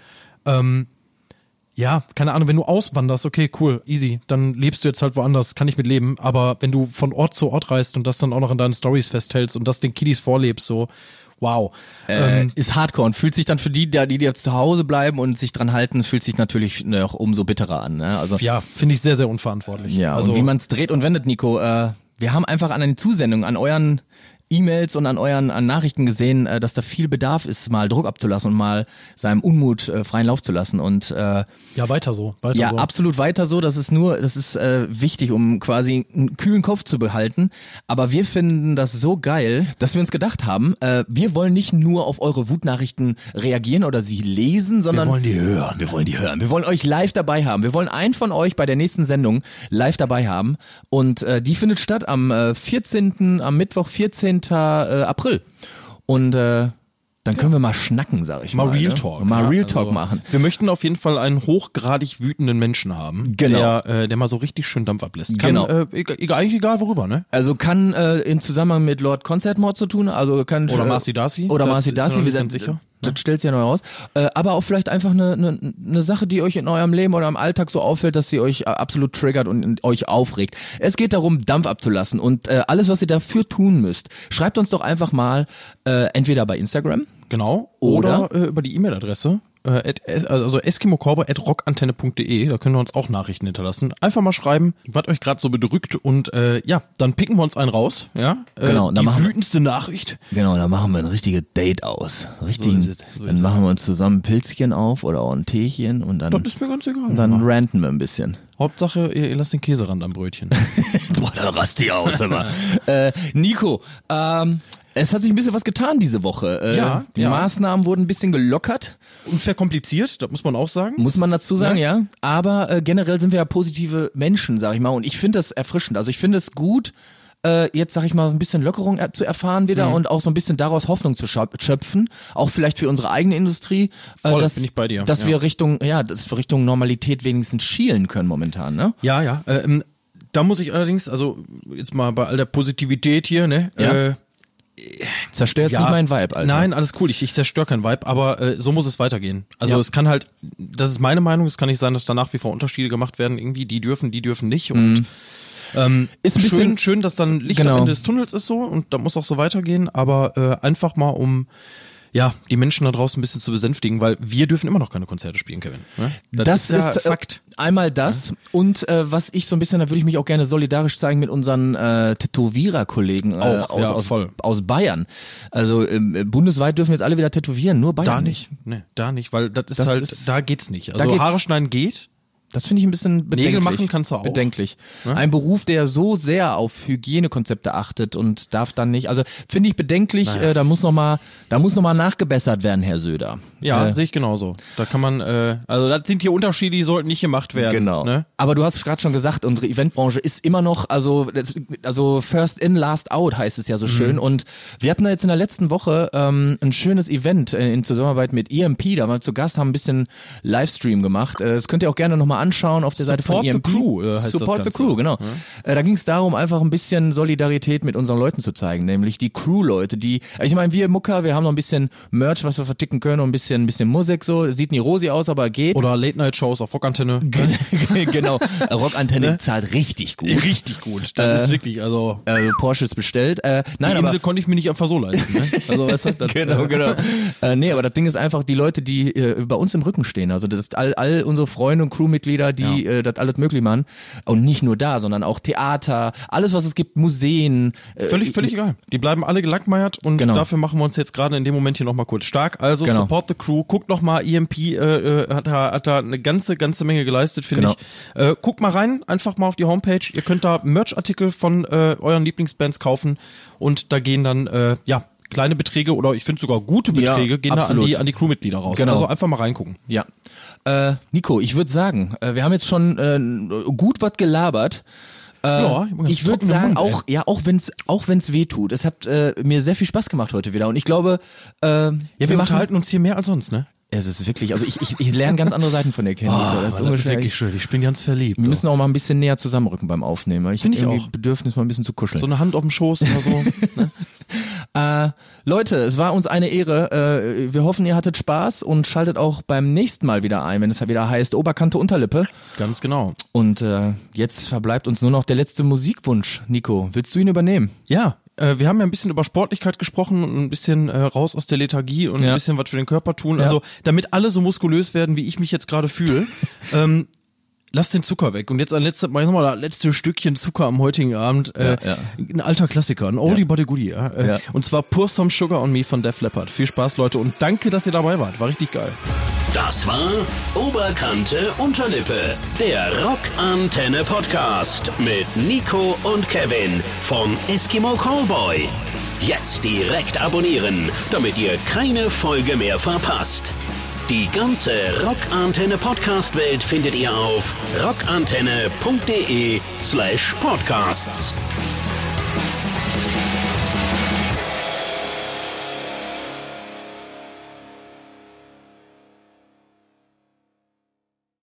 Keine Ahnung, wenn du auswanderst, okay, cool, easy, dann lebst du jetzt halt woanders, kann ich mit leben, aber wenn du von Ort zu Ort reist und das dann auch noch in deinen Stories festhältst und das den Kiddies vorlebst, so, wow. Ist Hardcore und fühlt sich dann für die jetzt zu Hause bleiben und sich dran halten, fühlt sich natürlich noch umso bitterer an. Ne? Also, ja, finde ich sehr, sehr unverantwortlich. Ja, also, und wie man es dreht und wendet, Nico, wir haben einfach an den Zusendungen, an euren E-Mails und an Nachrichten gesehen, dass da viel Bedarf ist, mal Druck abzulassen und mal seinem Unmut freien Lauf zu lassen. Und ja, weiter so. Ja, absolut weiter so. Das ist wichtig, um quasi einen kühlen Kopf zu behalten. Aber wir finden das so geil, dass wir uns gedacht haben, wir wollen nicht nur auf eure Wutnachrichten reagieren oder sie lesen, sondern wir wollen die hören. Wir wollen euch live dabei haben. Wir wollen einen von euch bei der nächsten Sendung live dabei haben. Und die findet statt am Mittwoch, 14. April. Und dann können wir mal schnacken, sag ich mal. Mal Real Talk. Mal Real Talk machen. Wir möchten auf jeden Fall einen hochgradig wütenden Menschen haben, genau. der mal so richtig schön Dampf ablässt. Genau. Eigentlich egal worüber, ne? Also kann in Zusammenhang mit Lord Concertmore zu tun, also kann oder Marcy Darcy. Oder Marcy Darcy, wie gesagt, sicher. Das stellt sich ja neu raus. Aber auch vielleicht einfach eine Sache, die euch in eurem Leben oder im Alltag so auffällt, dass sie euch absolut triggert und euch aufregt. Es geht darum, Dampf abzulassen und alles, was ihr dafür tun müsst, schreibt uns doch einfach mal entweder bei Instagram. Genau. Oder über die E-Mail-Adresse. Also eskimokorber@rockantenne.de, da können wir uns auch Nachrichten hinterlassen. Einfach mal schreiben, was euch gerade so bedrückt und dann picken wir uns einen raus. Ja? Genau, die wütendste Nachricht. Genau, dann machen wir ein richtiges Date aus. Dann machen wir uns zusammen ein Pilzchen auf oder auch ein Teechen und dann. Das ist mir ganz egal. Und dann ranten wir ein bisschen. Hauptsache, ihr lasst den Käserand am Brötchen. Boah, da rast die aus, immer. Nico, es hat sich ein bisschen was getan diese Woche. Die Maßnahmen wurden ein bisschen gelockert. Und verkompliziert, das muss man auch sagen. Muss man dazu sagen, ja. Aber generell sind wir ja positive Menschen, sag ich mal. Und ich finde das erfrischend. Also ich finde es gut, jetzt, sag ich mal, ein bisschen Lockerung zu erfahren wieder und auch so ein bisschen daraus Hoffnung zu schöpfen. Auch vielleicht für unsere eigene Industrie. Voll, bin ich bei dir. Dass wir Richtung Normalität wenigstens schielen können momentan, ne? Ja. Da muss ich allerdings, also jetzt mal bei all der Positivität hier, ne? Ja. Zerstört nicht mein Vibe, Alter. Nein, alles cool, ich zerstöre kein Vibe, aber so muss es weitergehen. Also es kann halt, das ist meine Meinung, es kann nicht sein, dass da nach wie vor Unterschiede gemacht werden, irgendwie, die dürfen nicht und ist ein bisschen schön, dass dann Licht am Ende des Tunnels ist so und da muss auch so weitergehen, aber einfach mal die Menschen da draußen ein bisschen zu besänftigen, weil wir dürfen immer noch keine Konzerte spielen, Kevin. Ne? Das ist Fakt. Einmal das und was ich so ein bisschen, da würde ich mich auch gerne solidarisch zeigen mit unseren Tätowierer-Kollegen aus Bayern. Also bundesweit dürfen jetzt alle wieder tätowieren, nur Bayern. Da nicht, weil das ist da geht's nicht. Also Haare schneiden geht. Das finde ich ein bisschen bedenklich. Nägel machen kannst du auch. Bedenklich. Ja? Ein Beruf, der so sehr auf Hygienekonzepte achtet und darf dann nicht. Also finde ich bedenklich. Da muss noch mal nachgebessert werden, Herr Söder. Ja, sehe ich genauso. Da kann man. Also das sind hier Unterschiede, die sollten nicht gemacht werden. Genau. Ne? Aber du hast gerade schon gesagt, unsere Eventbranche ist immer noch, also first in, last out heißt es ja so schön. Und wir hatten da jetzt in der letzten Woche ein schönes Event in Zusammenarbeit mit EMP, da mal zu Gast, haben ein bisschen Livestream gemacht. Das könnt ihr auch gerne nochmal anschauen auf der Seite von EMP. Support the Crew heißt Support das the Crew, genau. Ja. Da ging es darum, einfach ein bisschen Solidarität mit unseren Leuten zu zeigen, nämlich die Crew-Leute, ich meine, wir Mucker, wir haben noch ein bisschen Merch, was wir verticken können und ein bisschen Musik so, sieht nie rosig aus, aber geht. Oder Late-Night-Shows auf Rockantenne. Genau, Rockantenne zahlt richtig gut. Richtig gut, das ist wirklich, also Porsches bestellt. Nein, die Insel konnte ich mir nicht einfach so leisten. Ne? Also, weißt du, genau. Nee, aber das Ding ist einfach, die Leute, die bei uns im Rücken stehen, also das all unsere Freunde und Crewmitglieder, die das alles möglich machen. Und nicht nur da, sondern auch Theater, alles was es gibt, Museen. Völlig egal. Die bleiben alle gelackmeiert und dafür machen wir uns jetzt gerade in dem Moment hier nochmal kurz stark. Also Support the Crew, guckt nochmal, EMP hat da eine ganze Menge geleistet, finde ich. Guckt mal rein, einfach mal auf die Homepage. Ihr könnt da Merch-Artikel von euren Lieblingsbands kaufen und da gehen dann, kleine Beträge oder ich finde sogar gute Beträge gehen absolut. Da an die Crewmitglieder raus. Genau. Also einfach mal reingucken. Ja. Nico, ich würde sagen, wir haben jetzt schon gut was gelabert. Ich würde sagen, auch wenn's weh tut. Es hat mir sehr viel Spaß gemacht heute wieder und ich glaube, wir unterhalten uns hier mehr als sonst, ne? Es ist wirklich, also ich lerne ganz andere Seiten von dir kennen. Das ist wirklich schön. Ich bin ganz verliebt. Wir müssen auch mal ein bisschen näher zusammenrücken beim Aufnehmen. Ich habe irgendwie Bedürfnis, mal ein bisschen zu kuscheln. So eine Hand auf dem Schoß oder so. Ne? Leute, es war uns eine Ehre. Wir hoffen, ihr hattet Spaß und schaltet auch beim nächsten Mal wieder ein, wenn es wieder heißt Oberkante Unterlippe. Ganz genau. Und jetzt verbleibt uns nur noch der letzte Musikwunsch. Nico, willst du ihn übernehmen? Ja. Wir haben ja ein bisschen über Sportlichkeit gesprochen und ein bisschen raus aus der Lethargie und ein bisschen was für den Körper tun. Also damit alle so muskulös werden, wie ich mich jetzt gerade fühle. lass den Zucker weg. Und jetzt das letzte Stückchen Zucker am heutigen Abend. Ein alter Klassiker, ein Oldie but a Goodie. Und zwar Pour Some Sugar on Me von Def Leppard. Viel Spaß, Leute, und danke, dass ihr dabei wart. War richtig geil. Das war Oberkante Unterlippe, der Rockantenne Podcast mit Nico und Kevin vom Eskimo Callboy. Jetzt direkt abonnieren, damit ihr keine Folge mehr verpasst. Die ganze Rockantenne Podcast-Welt findet ihr auf rockantenne.de/podcasts.